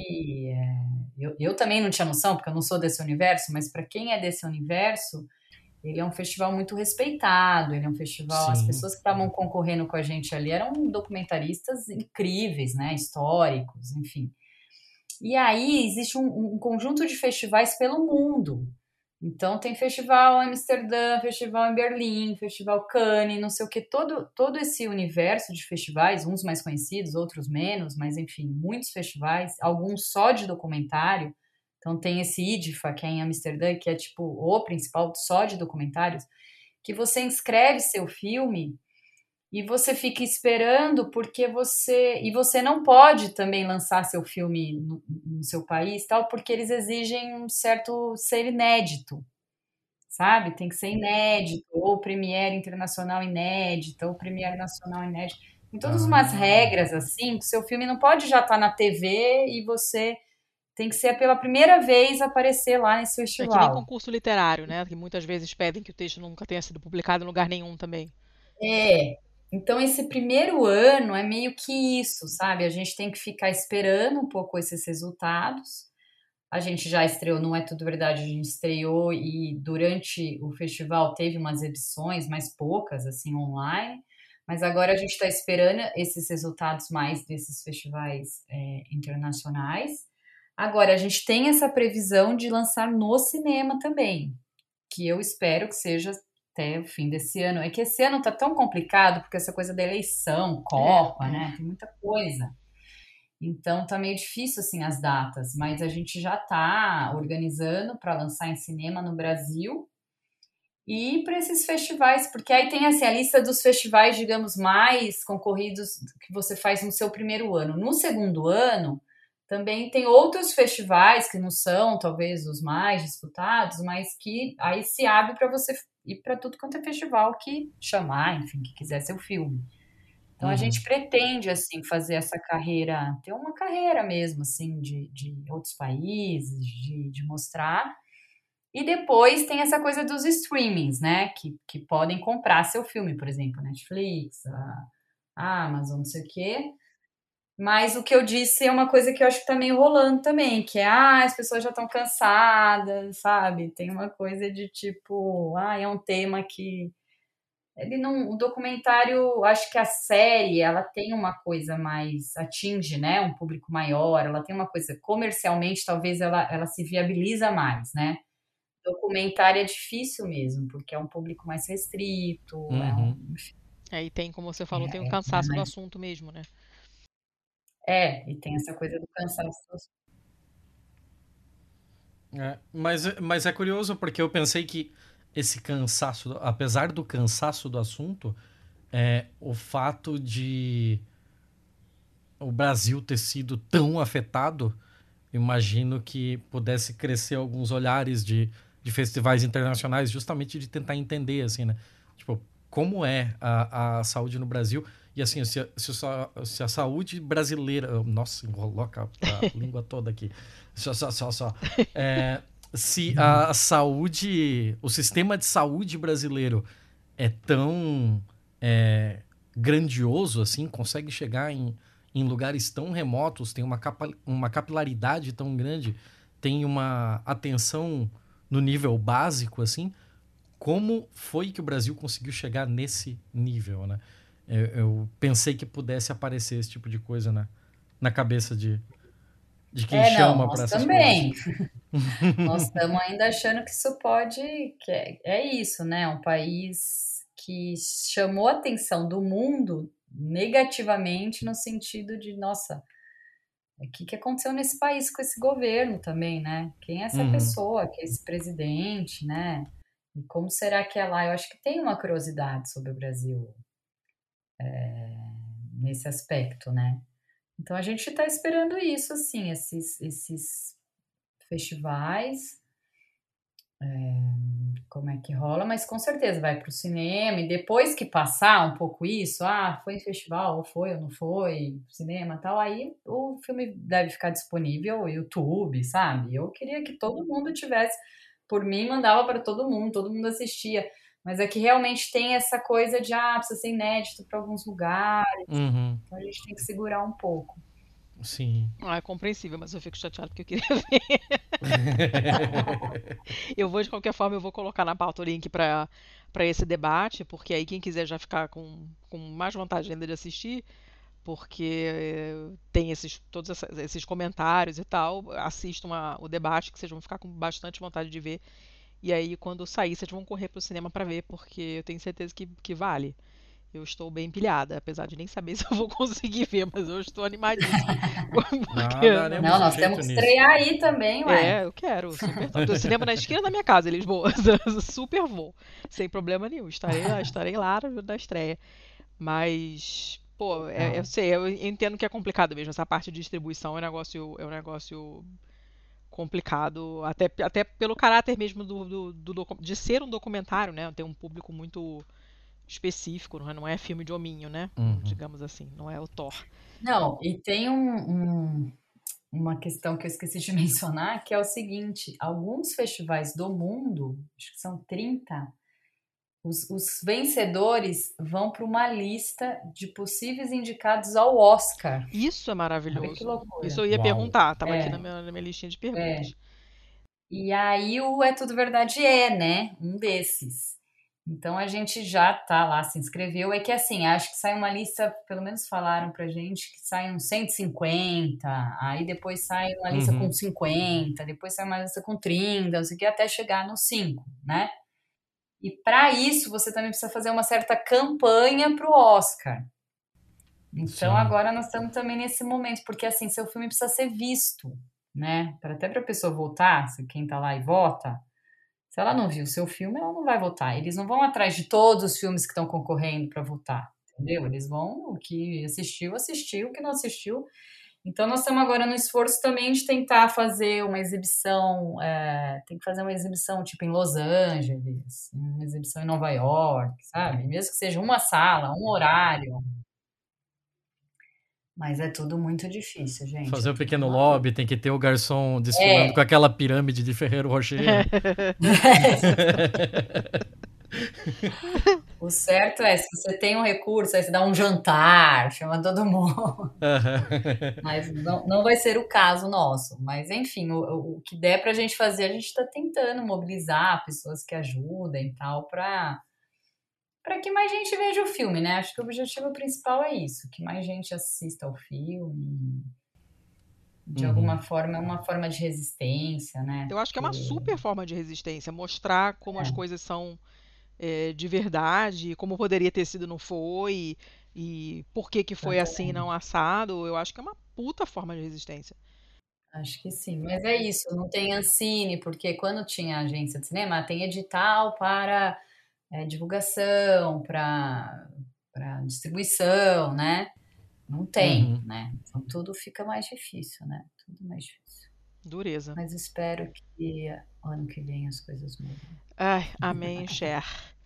Eu também não tinha noção, porque eu não sou desse universo, mas para quem é desse universo, ele é um festival muito respeitado, ele é um festival. As Sim. pessoas que estavam concorrendo com a gente ali eram documentaristas incríveis, né? Históricos, enfim. E aí existe um conjunto de festivais pelo mundo. Então tem festival em Amsterdã, festival em Berlim, festival Cannes, não sei o que, todo esse universo de festivais, uns mais conhecidos, outros menos, mas enfim, muitos festivais, alguns só de documentário. Então tem esse IDFA, que é em Amsterdã, que é tipo o principal só de documentários, que você inscreve seu filme e você fica esperando e você não pode também lançar seu filme no seu país, tal, porque eles exigem um certo ser inédito, sabe? Tem que ser inédito, ou Premiere Internacional inédita, ou Premiere Nacional inédita. Tem todas umas Ah, regras assim, que seu filme não pode já estar na TV e você tem que ser pela primeira vez aparecer lá nesse É que nem festival. concurso literário, né? Que muitas vezes pedem que o texto nunca tenha sido publicado em lugar nenhum também. É. Então, esse primeiro ano é meio que isso, sabe? A gente tem que ficar esperando um pouco esses resultados. A gente já estreou, não é tudo verdade, a gente estreou e durante o festival teve umas edições, mais poucas, assim, online. Mas agora a gente está esperando esses resultados mais desses festivais internacionais. Agora, a gente tem essa previsão de lançar no cinema também, que eu espero que seja até o fim desse ano. É que esse ano tá tão complicado, porque essa coisa da eleição, Copa, né? Tem muita coisa. Então tá meio difícil assim as datas, mas a gente já tá organizando para lançar em cinema no Brasil e para esses festivais, porque aí tem assim a lista dos festivais, digamos, mais concorridos que você faz no seu primeiro ano. No segundo ano, também tem outros festivais que não são, talvez, os mais disputados, mas que aí se abre para você ir para tudo quanto é festival que chamar, enfim, que quiser seu filme. Então a gente pretende, assim, fazer essa carreira, ter uma carreira mesmo, assim, de outros países, de mostrar. E depois tem essa coisa dos streamings, né? Que podem comprar seu filme, por exemplo, Netflix, a Amazon, não sei o quê. Mas o que eu disse é uma coisa que eu acho que tá meio rolando também, que é, as pessoas já estão cansadas, sabe? Tem uma coisa de tipo, é um tema que ele não, o documentário, acho que a série, ela tem uma coisa mais, atinge, né, um público maior, ela tem uma coisa, comercialmente, talvez ela se viabiliza mais, né? Documentário é difícil mesmo, porque é um público mais restrito, enfim, E tem, como você falou, tem o né, cansaço do assunto mesmo, né? e tem essa coisa do cansaço. Mas é curioso porque eu pensei que esse cansaço, apesar do cansaço do assunto, o fato de o Brasil ter sido tão afetado, imagino que pudesse crescer alguns olhares de festivais internacionais, justamente de tentar entender, assim, né? Tipo, como é a saúde no Brasil e, assim, se a saúde brasileira... Nossa, enrolou a língua toda aqui. Só. Se a saúde... O sistema de saúde brasileiro é tão grandioso, assim, consegue chegar em lugares tão remotos, tem uma capilaridade tão grande, tem uma atenção no nível básico, assim, como foi que o Brasil conseguiu chegar nesse nível, né? Eu pensei que pudesse aparecer esse tipo de coisa na cabeça de quem Não, chama para nós essas coisas. também. Nós estamos ainda achando que isso pode, que é isso, né? Um país que chamou a atenção do mundo negativamente no sentido de, nossa, o que aconteceu nesse país com esse governo também, né? Quem é essa pessoa, que é esse presidente, né? E como será que é lá? Eu acho que tem uma curiosidade sobre o Brasil nesse aspecto, né? Então a gente está esperando isso, assim, esses festivais, como é que rola, mas com certeza vai para o cinema e depois que passar um pouco isso, foi em festival, ou foi ou não foi, cinema e tal, aí o filme deve ficar disponível no YouTube, sabe? Eu queria que todo mundo tivesse, por mim, mandava para todo mundo assistia, mas é que realmente tem essa coisa de, precisa ser inédito para alguns lugares, então a gente tem que segurar um pouco. Sim. É compreensível, mas eu fico chateado porque eu queria ver. Eu vou, de qualquer forma, eu vou colocar na pauta o link para esse debate, porque aí quem quiser já ficar com mais vontade ainda de assistir, porque tem todos esses comentários e tal, assistam o debate, que vocês vão ficar com bastante vontade de ver. E aí, quando sair, vocês vão correr pro cinema para ver, porque eu tenho certeza que vale. Eu estou bem pilhada, apesar de nem saber se eu vou conseguir ver, mas eu estou animadíssima. Daremos Não, um nós jeito temos que nisso. estrear aí também, ué. Eu quero, super top. O cinema na esquina da minha casa, em Lisboa. Super vou. Sem problema nenhum. Estarei lá na estreia. Mas, pô, eu sei, eu entendo que é complicado mesmo. Essa parte de distribuição é um negócio complicado, até pelo caráter mesmo de ser um documentário, né? Ter um público muito específico, não é filme de hominho, né? Digamos assim, não é o Thor. Não, e tem uma questão que eu esqueci de mencionar, que é o seguinte: alguns festivais do mundo, acho que são 30, os vencedores vão para uma lista de possíveis indicados ao Oscar. Isso é Olha que maravilhoso. loucura. Isso eu ia Uau. perguntar, estava aqui na minha listinha de perguntas. E aí o É Tudo Verdade né? Um desses. Então a gente já tá lá, se inscreveu. É que assim, acho que sai uma lista, pelo menos falaram pra gente, que sai uns 150, aí depois sai uma lista com 50, depois sai uma lista com 30, não sei o que, até chegar nos 5, né? E para isso você também precisa fazer uma certa campanha pro Oscar. Então Sim. agora nós estamos também nesse momento, porque assim, seu filme precisa ser visto, né? Até para a pessoa votar, se quem tá lá e vota, se ela não viu o seu filme, ela não vai votar. Eles não vão atrás de todos os filmes que estão concorrendo para votar, entendeu? Eles vão, o que assistiu, o que não assistiu. Então, nós estamos agora no esforço também de tentar fazer uma exibição, tem que fazer uma exibição tipo em Los Angeles, uma exibição em Nova York, sabe? Mesmo que seja uma sala, um horário. Mas é tudo muito difícil, gente. Fazer É um tudo pequeno uma lobby, tem que ter o garçom desfilando com aquela pirâmide de Ferrero Rocher. Né? O certo é, se você tem um recurso, aí você dá um jantar, chama todo mundo. Mas não vai ser o caso nosso. Mas, enfim, o que der pra gente fazer, a gente tá tentando mobilizar pessoas que ajudem e tal, pra que mais gente veja o filme, né? Acho que o objetivo principal é isso, que mais gente assista ao filme. De alguma forma, é uma forma de resistência, né? Eu acho que é uma super forma de resistência, mostrar como as coisas são de verdade, como poderia ter sido não foi, e por que foi assim não assado. Eu acho que é uma puta forma de resistência. Acho que sim, mas é isso, não tem Ancine, porque quando tinha agência de cinema, tem edital para divulgação, para distribuição, né? Não tem, né? Então tudo fica mais difícil, né? Tudo mais difícil. Dureza. Mas espero que ano que vem as coisas mudem. Ai, amém, Cher.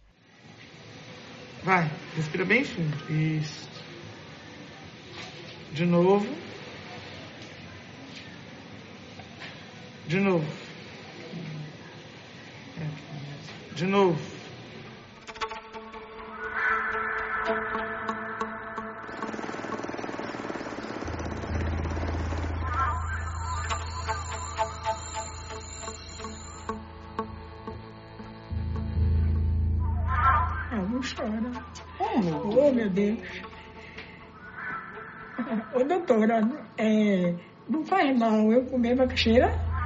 Vai, respira bem fundo. Isso. De novo. De novo. De novo. Não chora. Oh, meu Deus. Ô, doutora, não faz mal eu comer macaxeira?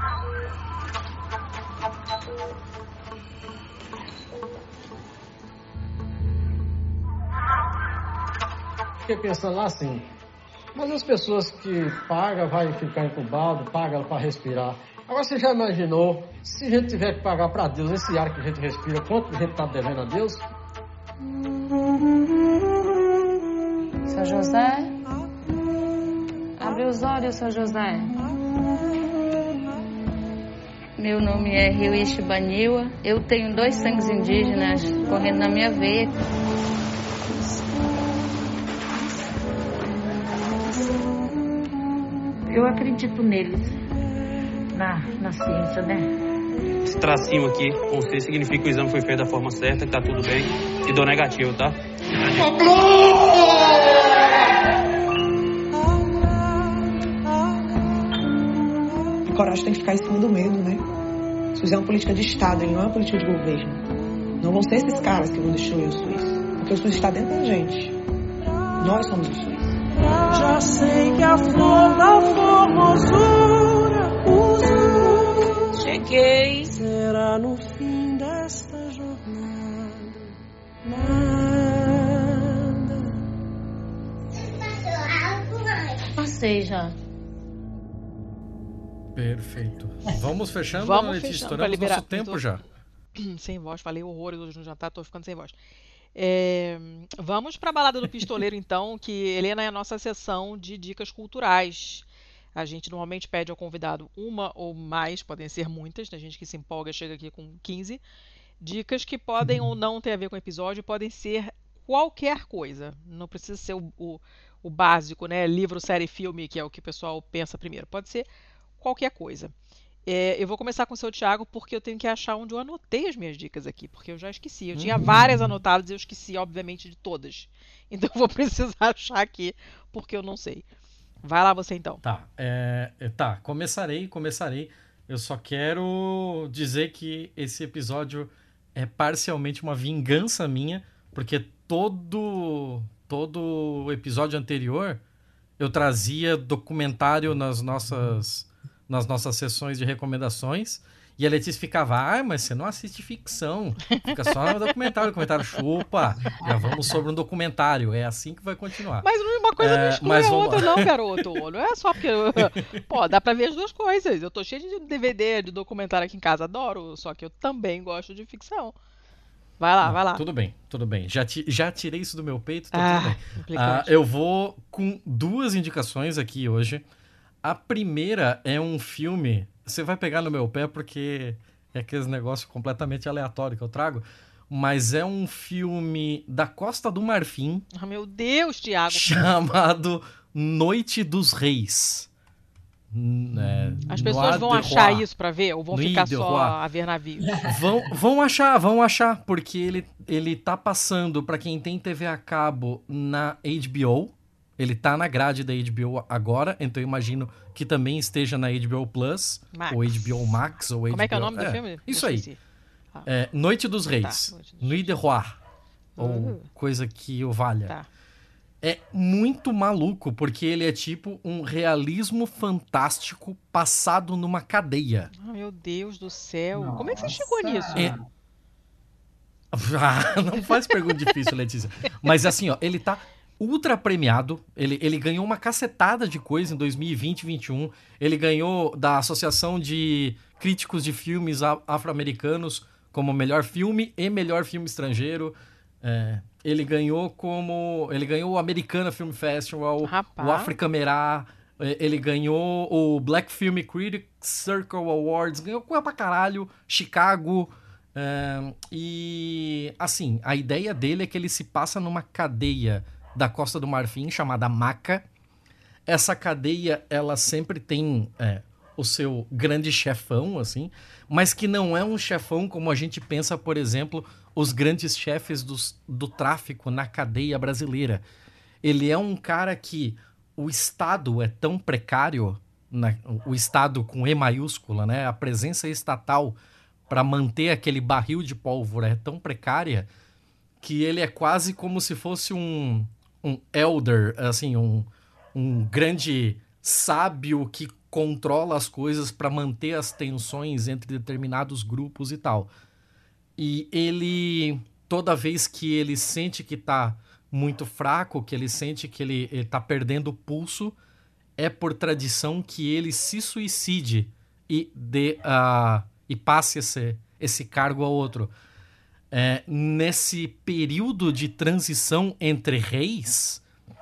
Fiquei pensando lá assim, mas as pessoas que pagam vai ficar entubado, pagam para respirar. Agora você já imaginou, se a gente tiver que pagar para Deus esse ar que a gente respira, quanto a gente está devendo a Deus? Seu José? Abre os olhos, seu José. Meu nome é Riuiche Baniwa. Eu tenho 2 sangues indígenas correndo na minha veia. Eu acredito neles, na ciência, né? Esse tracinho aqui com C significa que o exame foi feito da forma certa, que tá tudo bem, e dou negativo, tá? A coragem tem que ficar em cima do medo, né? O SUS é uma política de Estado, ele não é uma política de governo. Não vão ser esses caras que vão destruir o SUS, porque o SUS está dentro da gente. Nós somos o SUS. Já sei que a flor da formosura cheguei. Será no fim desta jornada nada. Passei já. Perfeito. Vamos fechando, Vamos Letícia, fechando estouramos liberar. nosso tempo já. Sem voz, falei horrores hoje no jantar, tô ficando sem voz. Vamos para a Balada do Pistoleiro, então, que Helena é a nossa sessão de dicas culturais. A gente normalmente pede ao convidado uma ou mais, podem ser muitas, tem gente que se empolga, chega aqui com 15 dicas que podem ou não ter a ver com o episódio, podem ser qualquer coisa. Não precisa ser o básico, né? Livro, série, filme, que é o que o pessoal pensa primeiro. Pode ser qualquer coisa. Eu vou começar com o seu Thiago, porque eu tenho que achar onde eu anotei as minhas dicas aqui, porque eu já esqueci. Eu tinha várias anotadas e eu esqueci, obviamente, de todas. Então eu vou precisar achar aqui, porque eu não sei. Vai lá você, então. Tá, começarei. Eu só quero dizer que esse episódio é parcialmente uma vingança minha, porque todo episódio anterior eu trazia documentário nas nossas sessões de recomendações, e a Letícia ficava, mas você não assiste ficção, fica só no documentário, o documentário chupa, já vamos sobre um documentário, é assim que vai continuar. Mas uma coisa não exclui a outra não, garoto, não é só porque, pô, dá pra ver as duas coisas, eu tô cheio de DVD, de documentário aqui em casa, adoro, só que eu também gosto de ficção. Vai lá. Tudo bem. Já tirei isso do meu peito, tudo bem. Eu vou com 2 indicações aqui hoje. A primeira é um filme, você vai pegar no meu pé porque é aqueles negócios completamente aleatórios que eu trago, mas é um filme da Costa do Marfim. Meu Deus, Thiago! Chamado Noite dos Reis. As pessoas vão achar isso pra ver? Ou vão ficar só a ver navios? Vão achar, porque ele tá passando, pra quem tem TV a cabo, na HBO. Ele tá na grade da HBO agora, então eu imagino que também esteja na HBO Plus, ou HBO Max, ou HBO... Como é que é o nome do filme? Isso aí. Noite dos Reis. Nuit de Roi. Ou coisa que o valha. Tá. É muito maluco, porque ele é tipo um realismo fantástico passado numa cadeia. Meu Deus do céu. Nossa. Como é que você chegou nisso? Não faz pergunta difícil, Letícia. Mas assim, ó, ele tá ultra premiado. Ele ganhou uma cacetada de coisa em 2020 e 2021. Ele ganhou da Associação de Críticos de Filmes Afro-Americanos como melhor filme e melhor filme estrangeiro. Ele ganhou o Americana Film Festival, o Africamerá, ele ganhou o Black Film Critics Circle Awards, ganhou coisa pra caralho, Chicago. E assim, a ideia dele é que ele se passa numa cadeia da Costa do Marfim chamada Maca. Essa cadeia, ela sempre tem o seu grande chefão, assim, mas que não é um chefão como a gente pensa, por exemplo, os grandes chefes do tráfico na cadeia brasileira. Ele é um cara que o Estado é tão precário, o Estado com E maiúscula, né? A presença estatal para manter aquele barril de pólvora é tão precária que ele é quase como se fosse um elder, assim, um grande sábio que controla as coisas para manter as tensões entre determinados grupos e tal. E ele, toda vez que ele sente que tá muito fraco, que ele sente que ele tá perdendo o pulso, é por tradição que ele se suicide e passe esse cargo a outro. Nesse período de transição entre reis,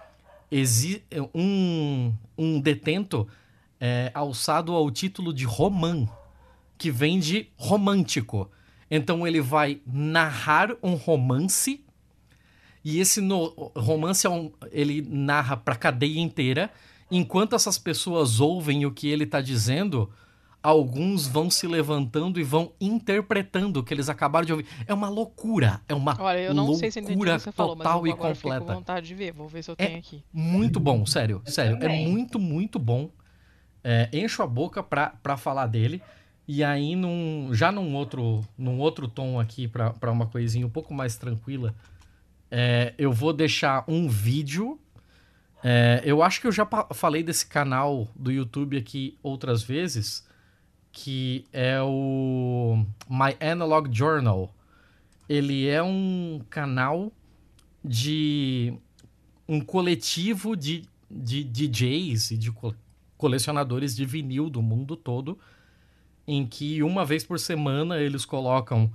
um detento alçado ao título de Romã, que vem de romântico. Então ele vai narrar um romance, e esse romance ele narra para a cadeia inteira. Enquanto essas pessoas ouvem o que ele está dizendo, alguns vão se levantando e vão interpretando o que eles acabaram de ouvir. É uma loucura, Olha, eu não sei se entendi o que você falou, mas total e agora completa. fico com vontade de ver. Vou ver se eu tenho aqui. Muito bom, sério. É muito, muito bom. Encho a boca pra falar dele. E aí, num outro tom aqui, pra uma coisinha um pouco mais tranquila, eu vou deixar um vídeo. Eu acho que eu já falei desse canal do YouTube aqui outras vezes, que é o My Analog Journal. Ele é um canal de um coletivo de DJs e de colecionadores de vinil do mundo todo, em que uma vez por semana eles colocam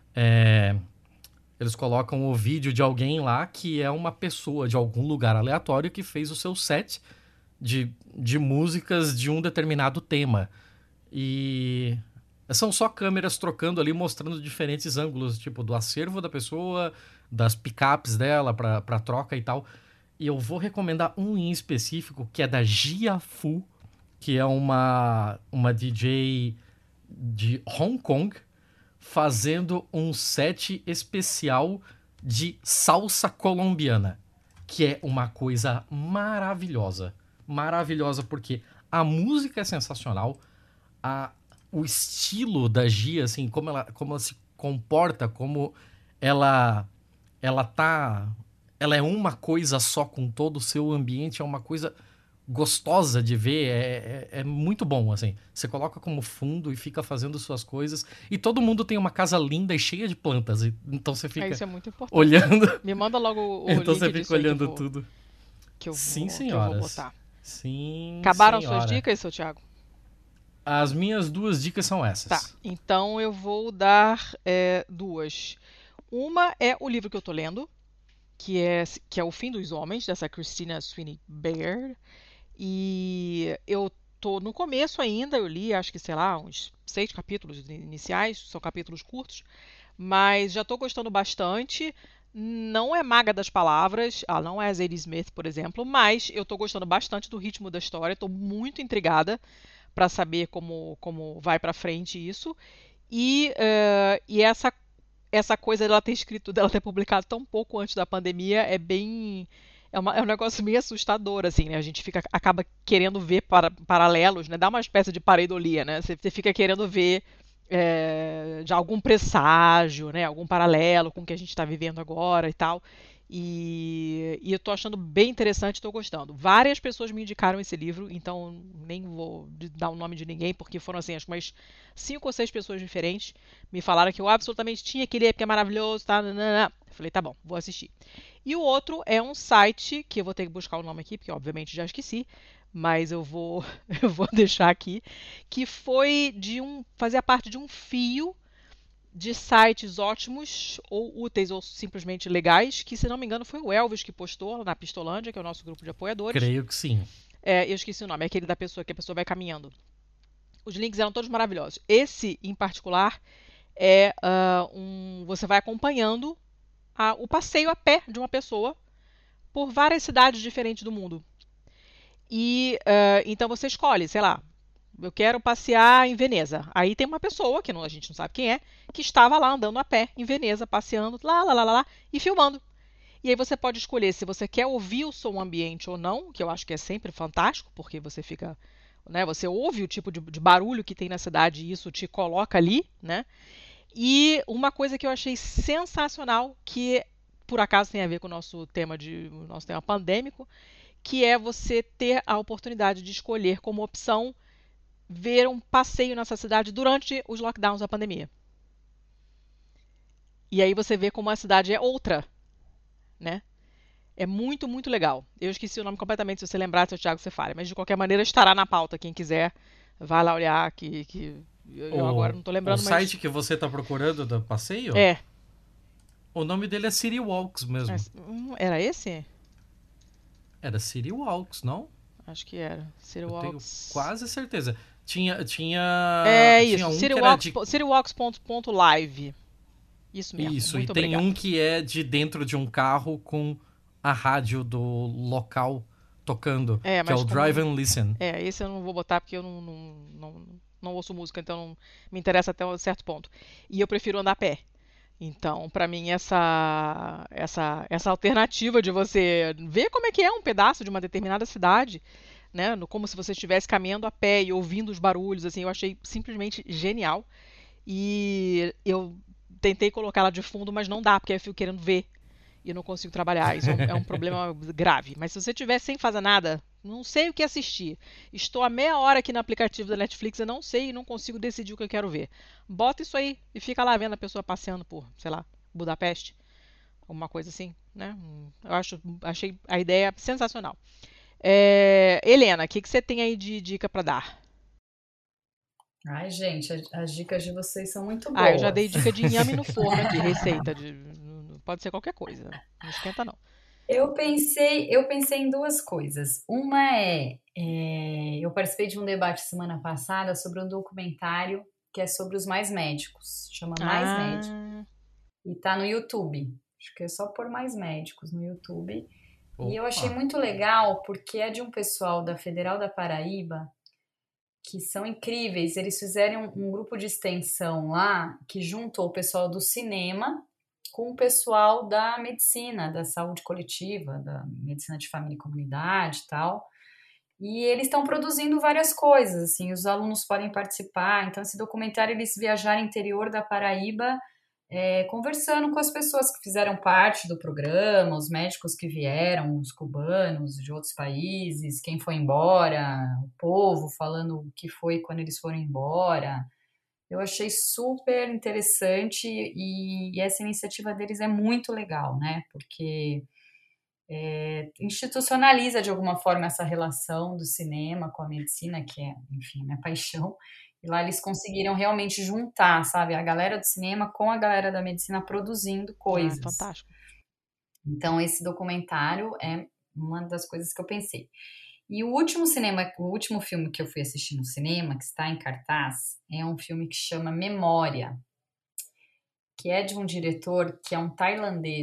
o vídeo de alguém lá que é uma pessoa de algum lugar aleatório que fez o seu set de músicas de um determinado tema. E são só câmeras trocando ali, mostrando diferentes ângulos, tipo, do acervo da pessoa, das picapes dela pra troca e tal. E eu vou recomendar um em específico, que é da Gia Fu, que é uma DJ de Hong Kong, fazendo um set especial de salsa colombiana, que é uma coisa maravilhosa. Maravilhosa porque a música é sensacional, o estilo da Gia, assim, como ela se comporta, como ela é uma coisa só com todo o seu ambiente, é uma coisa gostosa de ver, é muito bom, assim. Você coloca como fundo e fica fazendo suas coisas, e todo mundo tem uma casa linda e cheia de plantas, então você fica isso é muito importante. olhando. Me manda logo o então link você fica olhando tudo. Sim, senhoras. Que eu vou botar. Sim, acabaram senhora. suas dicas, seu Thiago? As minhas 2 dicas são essas. Tá, então eu vou dar 2. Uma é o livro que eu tô lendo, que é O Fim dos Homens, dessa Christina Sweeney Baird. E eu tô no começo ainda, eu li, acho que, sei lá, uns 6 capítulos iniciais, são capítulos curtos, mas já tô gostando bastante. não é maga das palavras, ela não é a Zadie Smith, por exemplo, mas eu tô gostando bastante do ritmo da história, tô muito intrigada para saber como vai para frente isso. E essa coisa dela ter escrito, dela ter publicado tão pouco antes da pandemia é bem. É um negócio meio assustador, assim, né? A gente acaba querendo ver paralelos, né? Dá uma espécie de pareidolia, né? Você fica querendo ver de algum presságio, né? Algum paralelo com o que a gente está vivendo agora e tal. E eu tô achando bem interessante, tô gostando. Várias pessoas me indicaram esse livro, então nem vou dar o nome de ninguém, porque foram assim, acho que umas 5 ou 6 pessoas diferentes me falaram que eu absolutamente tinha que ler, porque é maravilhoso, tá? Eu falei, tá bom, vou assistir. E o outro é um site, que eu vou ter que buscar o nome aqui, porque obviamente já esqueci, mas eu vou deixar aqui, que fazia parte de um fio de sites ótimos, ou úteis, ou simplesmente legais, que, se não me engano, foi o Elvis que postou na Pistolândia, que é o nosso grupo de apoiadores. Creio que sim. Eu esqueci o nome, é aquele da pessoa, que a pessoa vai caminhando. Os links eram todos maravilhosos. Esse, em particular, você vai acompanhando o passeio a pé de uma pessoa por várias cidades diferentes do mundo. E então você escolhe, sei lá, eu quero passear em Veneza. Aí tem uma pessoa, que a gente não sabe quem é, que estava lá andando a pé em Veneza, passeando, lá, e filmando. E aí você pode escolher se você quer ouvir o som ambiente ou não, que eu acho que é sempre fantástico, porque você fica, né, você ouve o tipo de barulho que tem na cidade e isso te coloca ali, né? E uma coisa que eu achei sensacional, que por acaso tem a ver com o nosso tema pandêmico, que é você ter a oportunidade de escolher como opção ver um passeio nessa cidade durante os lockdowns da pandemia. E aí você vê como a cidade é outra, né? É muito, muito legal. Eu esqueci o nome completamente, se você lembrar, seu Thiago, você fale. Mas de qualquer maneira estará na pauta. Quem quiser, vai lá olhar, eu agora não tô lembrando mais. O site que você tá procurando do passeio? O nome dele é City Walks mesmo. Era esse? Era City Walks, não? Acho que era. City Walks. Tenho quase certeza. Tinha isso, um citywalks.live. Isso mesmo. Isso, muito e tem obrigado. Um que é de dentro de um carro com a rádio do local tocando, que é o Drive and Listen. Esse eu não vou botar porque eu não ouço música, então não me interessa até um certo ponto. E eu prefiro andar a pé. Então, para mim, essa alternativa de você ver como é que é um pedaço de uma determinada cidade, né, como se você estivesse caminhando a pé e ouvindo os barulhos, assim, eu achei simplesmente genial. E eu tentei colocá-la de fundo, mas não dá, porque eu fico querendo ver e eu não consigo trabalhar. Isso é um problema grave. Mas se você estiver sem fazer nada, não sei o que assistir, estou há meia hora aqui no aplicativo da Netflix, eu não sei e não consigo decidir o que eu quero ver. Bota isso aí e fica lá vendo a pessoa passeando por, sei lá, Budapeste, alguma coisa assim, né? Achei a ideia sensacional. Helena, o que você tem aí de dica para dar? Ai, gente, as dicas de vocês são muito boas. Eu já dei dica de inhame no forno aqui, receita. Pode ser qualquer coisa, não esquenta não. Eu pensei em duas coisas. Uma eu participei de um debate semana passada sobre um documentário que é sobre os Mais Médicos, chama Mais Médicos, e tá no YouTube. Acho que é só pôr Mais Médicos no YouTube. E eu achei muito legal porque é de um pessoal da Federal da Paraíba que são incríveis. Eles fizeram um grupo de extensão lá que juntou o pessoal do cinema com o pessoal da medicina, da saúde coletiva, da medicina de família e comunidade e tal. E eles estão produzindo várias coisas, assim, os alunos podem participar. Então, esse documentário, eles viajaram no interior da Paraíba, conversando com as pessoas que fizeram parte do programa, os médicos que vieram, os cubanos de outros países, quem foi embora, o povo falando o que foi quando eles foram embora. Eu achei super interessante e essa iniciativa deles é muito legal, né? Porque institucionaliza de alguma forma essa relação do cinema com a medicina, que é, enfim, minha paixão. E lá eles conseguiram realmente juntar, sabe, a galera do cinema com a galera da medicina produzindo coisas. Fantástico. Então, esse documentário é uma das coisas que eu pensei. E o último filme que eu fui assistir no cinema, que está em cartaz, é um filme que chama Memória, que é de um diretor que é um tailandês,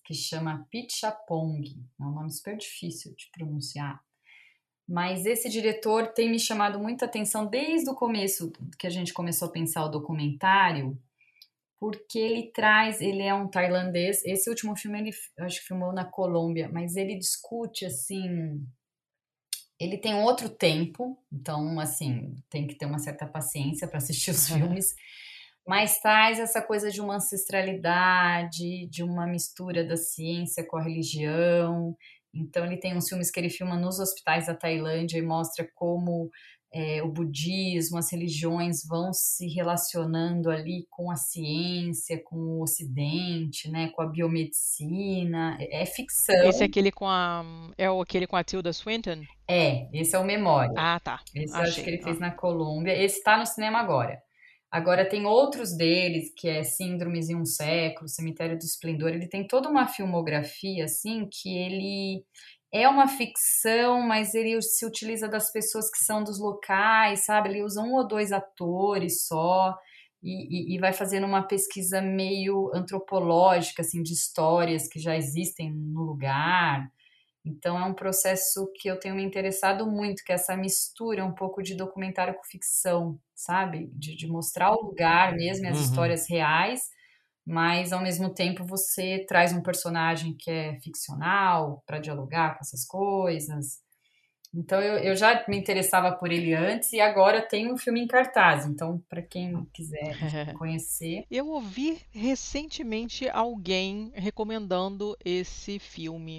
que chama Pichapong. É um nome super difícil de pronunciar. Mas esse diretor tem me chamado muita atenção desde o começo que a gente começou a pensar o documentário, porque ele é um tailandês. Esse último filme ele acho que filmou na Colômbia, mas ele discute assim, ele tem outro tempo, então assim, tem que ter uma certa paciência para assistir os filmes, mas traz essa coisa de uma ancestralidade, de uma mistura da ciência com a religião. Então ele tem uns filmes que ele filma nos hospitais da Tailândia e mostra como o budismo, as religiões vão se relacionando ali com a ciência, com o Ocidente, né, com a biomedicina. É ficção. Esse é aquele com aquele com a Tilda Swinton? Esse é o Memória. Ah, tá. Esse eu acho que ele fez na Colômbia. Esse tá no cinema agora. Agora tem outros deles, que é Síndromes em um Século, Cemitério do Esplendor. Ele tem toda uma filmografia, assim, que ele é uma ficção, mas ele se utiliza das pessoas que são dos locais, sabe? Ele usa 1 ou 2 atores só e vai fazendo uma pesquisa meio antropológica, assim, de histórias que já existem no lugar. Então é um processo que eu tenho me interessado muito, que é essa mistura um pouco de documentário com ficção, sabe? De mostrar o lugar mesmo, as histórias reais, mas ao mesmo tempo você traz um personagem que é ficcional para dialogar com essas coisas. Então eu já me interessava por ele antes e agora tem um filme em cartaz. Então, para quem quiser conhecer. Eu ouvi recentemente alguém recomendando esse filme.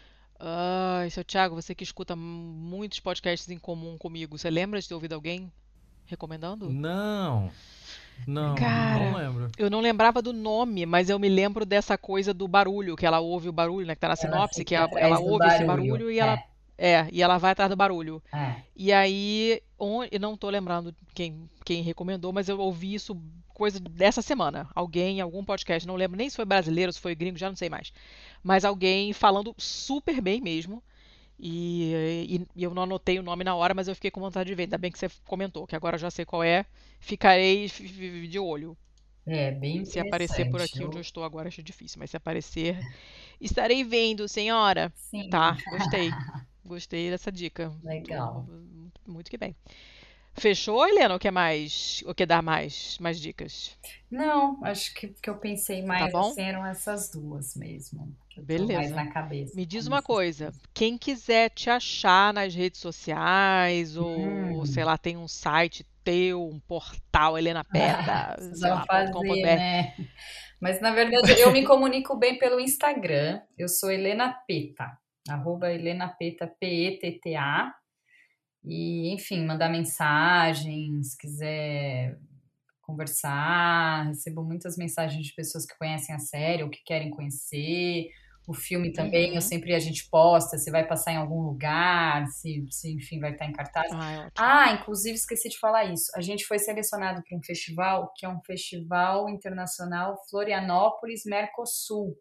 Seu Thiago, você que escuta muitos podcasts em comum comigo, você lembra de ter ouvido alguém recomendando? Não, Cara, não lembro. Eu não lembrava do nome, mas eu me lembro dessa coisa do barulho, que ela ouve o barulho, né, que tá na sinopse, que ela ouve esse barulho e ela vai atrás do barulho. E aí, eu não tô lembrando quem recomendou, mas eu ouvi isso coisa dessa semana. Alguém, algum podcast, não lembro nem se foi brasileiro, se foi gringo, já não sei mais. Mas alguém falando super bem mesmo. E eu não anotei o nome na hora, mas eu fiquei com vontade de ver. Ainda bem que você comentou, que agora eu já sei qual é. Ficarei de olho. Bem Se aparecer por aqui onde eu estou agora, acho difícil. Mas se aparecer, estarei vendo, senhora. Sim. Tá, gostei. Gostei dessa dica. Legal. Muito que bem. Fechou, Helena? Ou quer mais? Ou quer dar mais dicas? Não, acho que eu pensei mais Tá bom? assim, eram essas duas mesmo. Que Beleza. mais na cabeça. Me diz uma coisa, quem quiser te achar nas redes sociais, ou sei lá, tem um site teu, um portal, Helena Peta, sei lá, .com.br. Né? Mas na verdade eu me comunico bem pelo Instagram. Eu sou Helena Peta, @HelenaPeta, PETTA. E, enfim, mandar mensagens, quiser conversar, recebo muitas mensagens de pessoas que conhecem a série ou que querem conhecer. O filme também, a gente posta se vai passar em algum lugar, se enfim, vai estar em cartaz. Inclusive, esqueci de falar isso. A gente foi selecionado para um festival, que é um festival internacional Florianópolis Mercosul.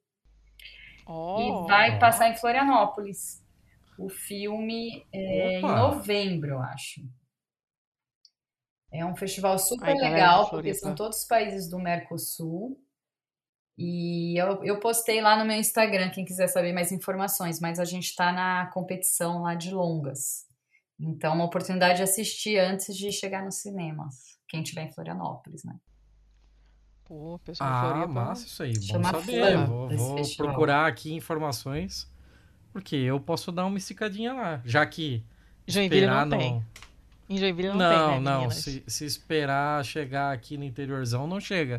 E vai passar em Florianópolis. O filme é em novembro, eu acho. É um festival super legal, porque são todos os países do Mercosul. E eu postei lá no meu Instagram, quem quiser saber mais informações, mas a gente está na competição lá de longas. Então, uma oportunidade de assistir antes de chegar nos cinemas. Quem estiver em Florianópolis, né? Pô, pessoal de Floripa. Massa isso aí, bom saber. Vou procurar aqui informações. Porque eu posso dar uma esticadinha lá, já que Joinville não tem. Em Joinville não tem, né, Não, se esperar chegar aqui no interiorzão, não chega.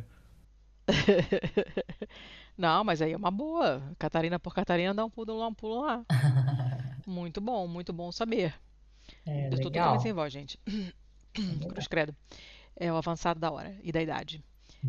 Não, mas aí é uma boa. Catarina por Catarina, dá um pulo lá. Muito bom saber. Eu estou totalmente sem voz, gente. Cruz credo. É o avançado da hora e da idade.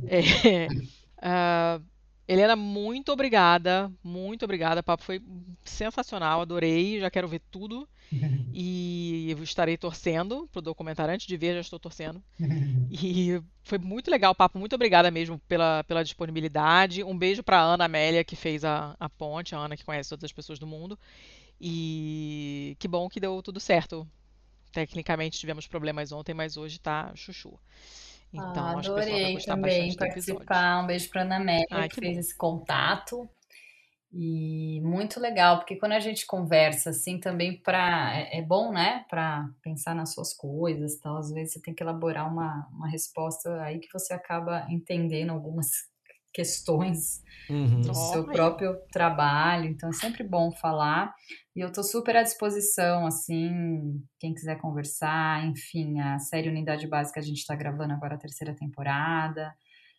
Helena, muito obrigada. O papo foi sensacional, adorei, já quero ver tudo. E eu estarei torcendo pro documentário, antes de ver, já estou torcendo. E foi muito legal o papo, muito obrigada mesmo pela disponibilidade. Um beijo pra Ana Amélia, que fez a ponte, a Ana que conhece todas as pessoas do mundo. E que bom que deu tudo certo. Tecnicamente tivemos problemas ontem, mas hoje tá chuchu. Então, acho que o pessoal vai adorei gostar também bastante do episódio. participar. Um beijo para Ana Amélia, que fez esse contato. E muito legal, porque quando a gente conversa assim também é bom, né, para pensar nas suas coisas e tal. Às vezes você tem que elaborar uma resposta aí que você acaba entendendo algumas questões do seu próprio trabalho. Então é sempre bom falar. E eu tô super à disposição, assim, quem quiser conversar. Enfim, a série Unidade Básica a gente tá gravando agora a 3ª temporada.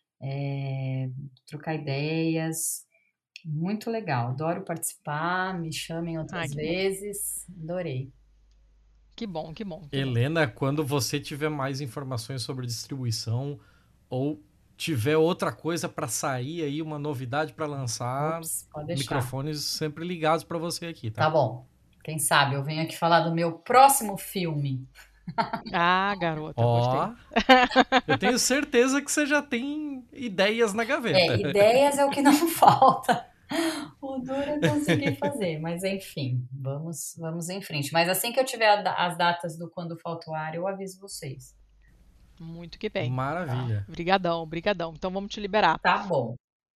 Trocar ideias. Muito legal, adoro participar, me chamem outras vezes, adorei. Que bom, que bom. Helena, quando você tiver mais informações sobre distribuição ou tiver outra coisa para sair aí, uma novidade para lançar, microfones sempre ligados para você aqui, tá? Tá bom, quem sabe eu venho aqui falar do meu próximo filme. Ah, garota, gostei. Eu tenho certeza que você já tem ideias na gaveta. Ideias é o que não falta. O duro é conseguir fazer, mas enfim, vamos em frente. Mas assim que eu tiver as datas do Quando Falta o Ar, eu aviso vocês. Muito que bem. Maravilha. Brigadão. Então vamos te liberar. Tá bom.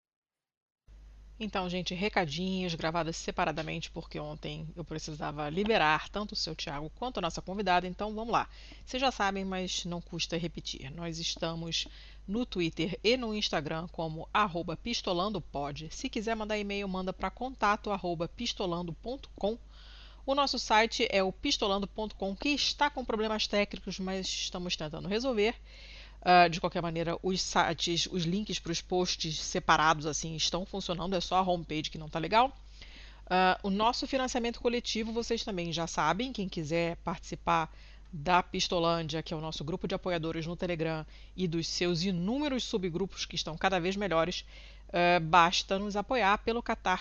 Então, gente, recadinhos gravados separadamente, porque ontem eu precisava liberar tanto o seu Thiago quanto a nossa convidada, então vamos lá. Vocês já sabem, mas não custa repetir. Nós estamos no Twitter e no Instagram como @pistolandopod. Se quiser mandar e-mail, manda para contato@pistolando.com. O nosso site é o pistolando.com, que está com problemas técnicos, mas estamos tentando resolver. De qualquer maneira, os sites, os links para os posts separados assim estão funcionando, é só a homepage que não está legal. O nosso financiamento coletivo, vocês também já sabem, quem quiser participar da Pistolândia, que é o nosso grupo de apoiadores no Telegram, e dos seus inúmeros subgrupos que estão cada vez melhores, basta nos apoiar pelo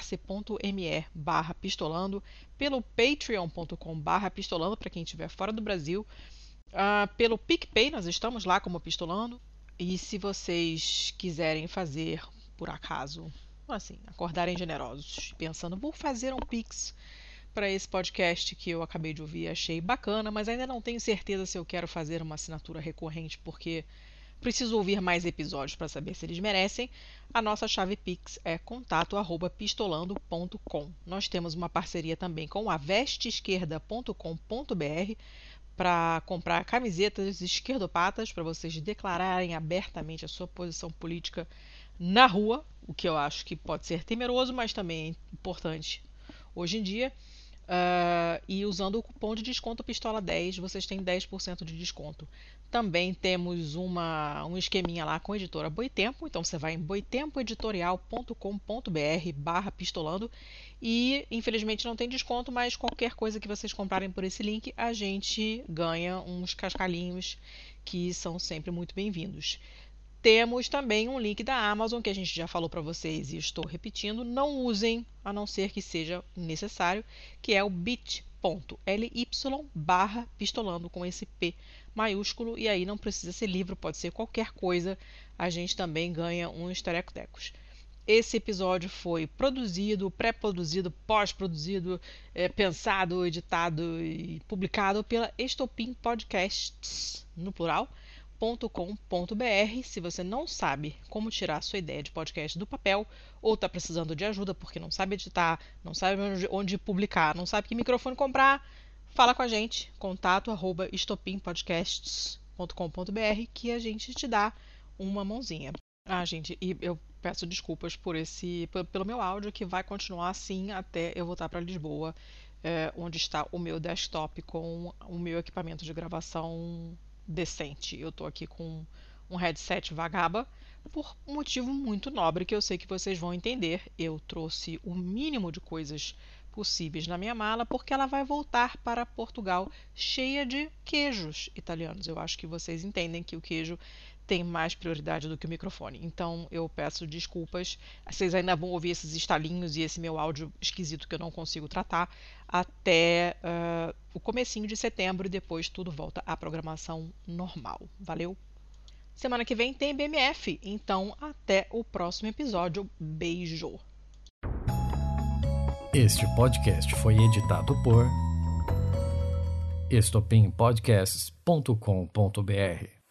catarse.me/pistolando, pelo patreon.com/pistolando, para quem estiver fora do Brasil, pelo PicPay, nós estamos lá como Pistolando, e se vocês quiserem fazer, por acaso, assim, acordarem generosos, pensando, vou fazer um Pix para esse podcast que eu acabei de ouvir, achei bacana, mas ainda não tenho certeza se eu quero fazer uma assinatura recorrente, porque preciso ouvir mais episódios para saber se eles merecem. A nossa chave Pix é contato@pistolando.com. Nós temos uma parceria também com a vesteesquerda.com.br para comprar camisetas esquerdopatas, para vocês declararem abertamente a sua posição política na rua, o que eu acho que pode ser temeroso, mas também é importante hoje em dia. E usando o cupom de desconto Pistola10, vocês têm 10% de desconto. Também temos um esqueminha lá com a editora Boitempo, então você vai em boitempoeditorial.com.br/pistolando e infelizmente não tem desconto, mas qualquer coisa que vocês comprarem por esse link, a gente ganha uns cascalhinhos que são sempre muito bem-vindos. Temos também um link da Amazon, que a gente já falou para vocês e estou repetindo, não usem, a não ser que seja necessário, que é o bit.ly/pistolando com esse P maiúsculo, e aí não precisa ser livro, pode ser qualquer coisa, a gente também ganha uns terecotecos. Esse episódio foi produzido, pré-produzido, pós-produzido, pensado, editado e publicado pela Estopim Podcasts, no plural, .com.br. Se você não sabe como tirar a sua ideia de podcast do papel ou está precisando de ajuda porque não sabe editar, não sabe onde publicar, não sabe que microfone comprar, fala com a gente, contato@estopimpodcasts.com.br, que a gente te dá uma mãozinha. Gente, e eu peço desculpas pelo meu áudio, que vai continuar assim até eu voltar para Lisboa, onde está o meu desktop com o meu equipamento de gravação decente. Eu tô aqui com um headset vagaba por um motivo muito nobre que eu sei que vocês vão entender. Eu trouxe o mínimo de coisas possíveis na minha mala porque ela vai voltar para Portugal cheia de queijos italianos. Eu acho que vocês entendem que o queijo tem mais prioridade do que o microfone. Então eu peço desculpas. Vocês ainda vão ouvir esses estalinhos e esse meu áudio esquisito que eu não consigo tratar até o comecinho de setembro, e depois tudo volta à programação normal. Valeu? Semana que vem tem BMF, então até o próximo episódio. Beijo! Este podcast foi editado por estopimpodcasts.com.br.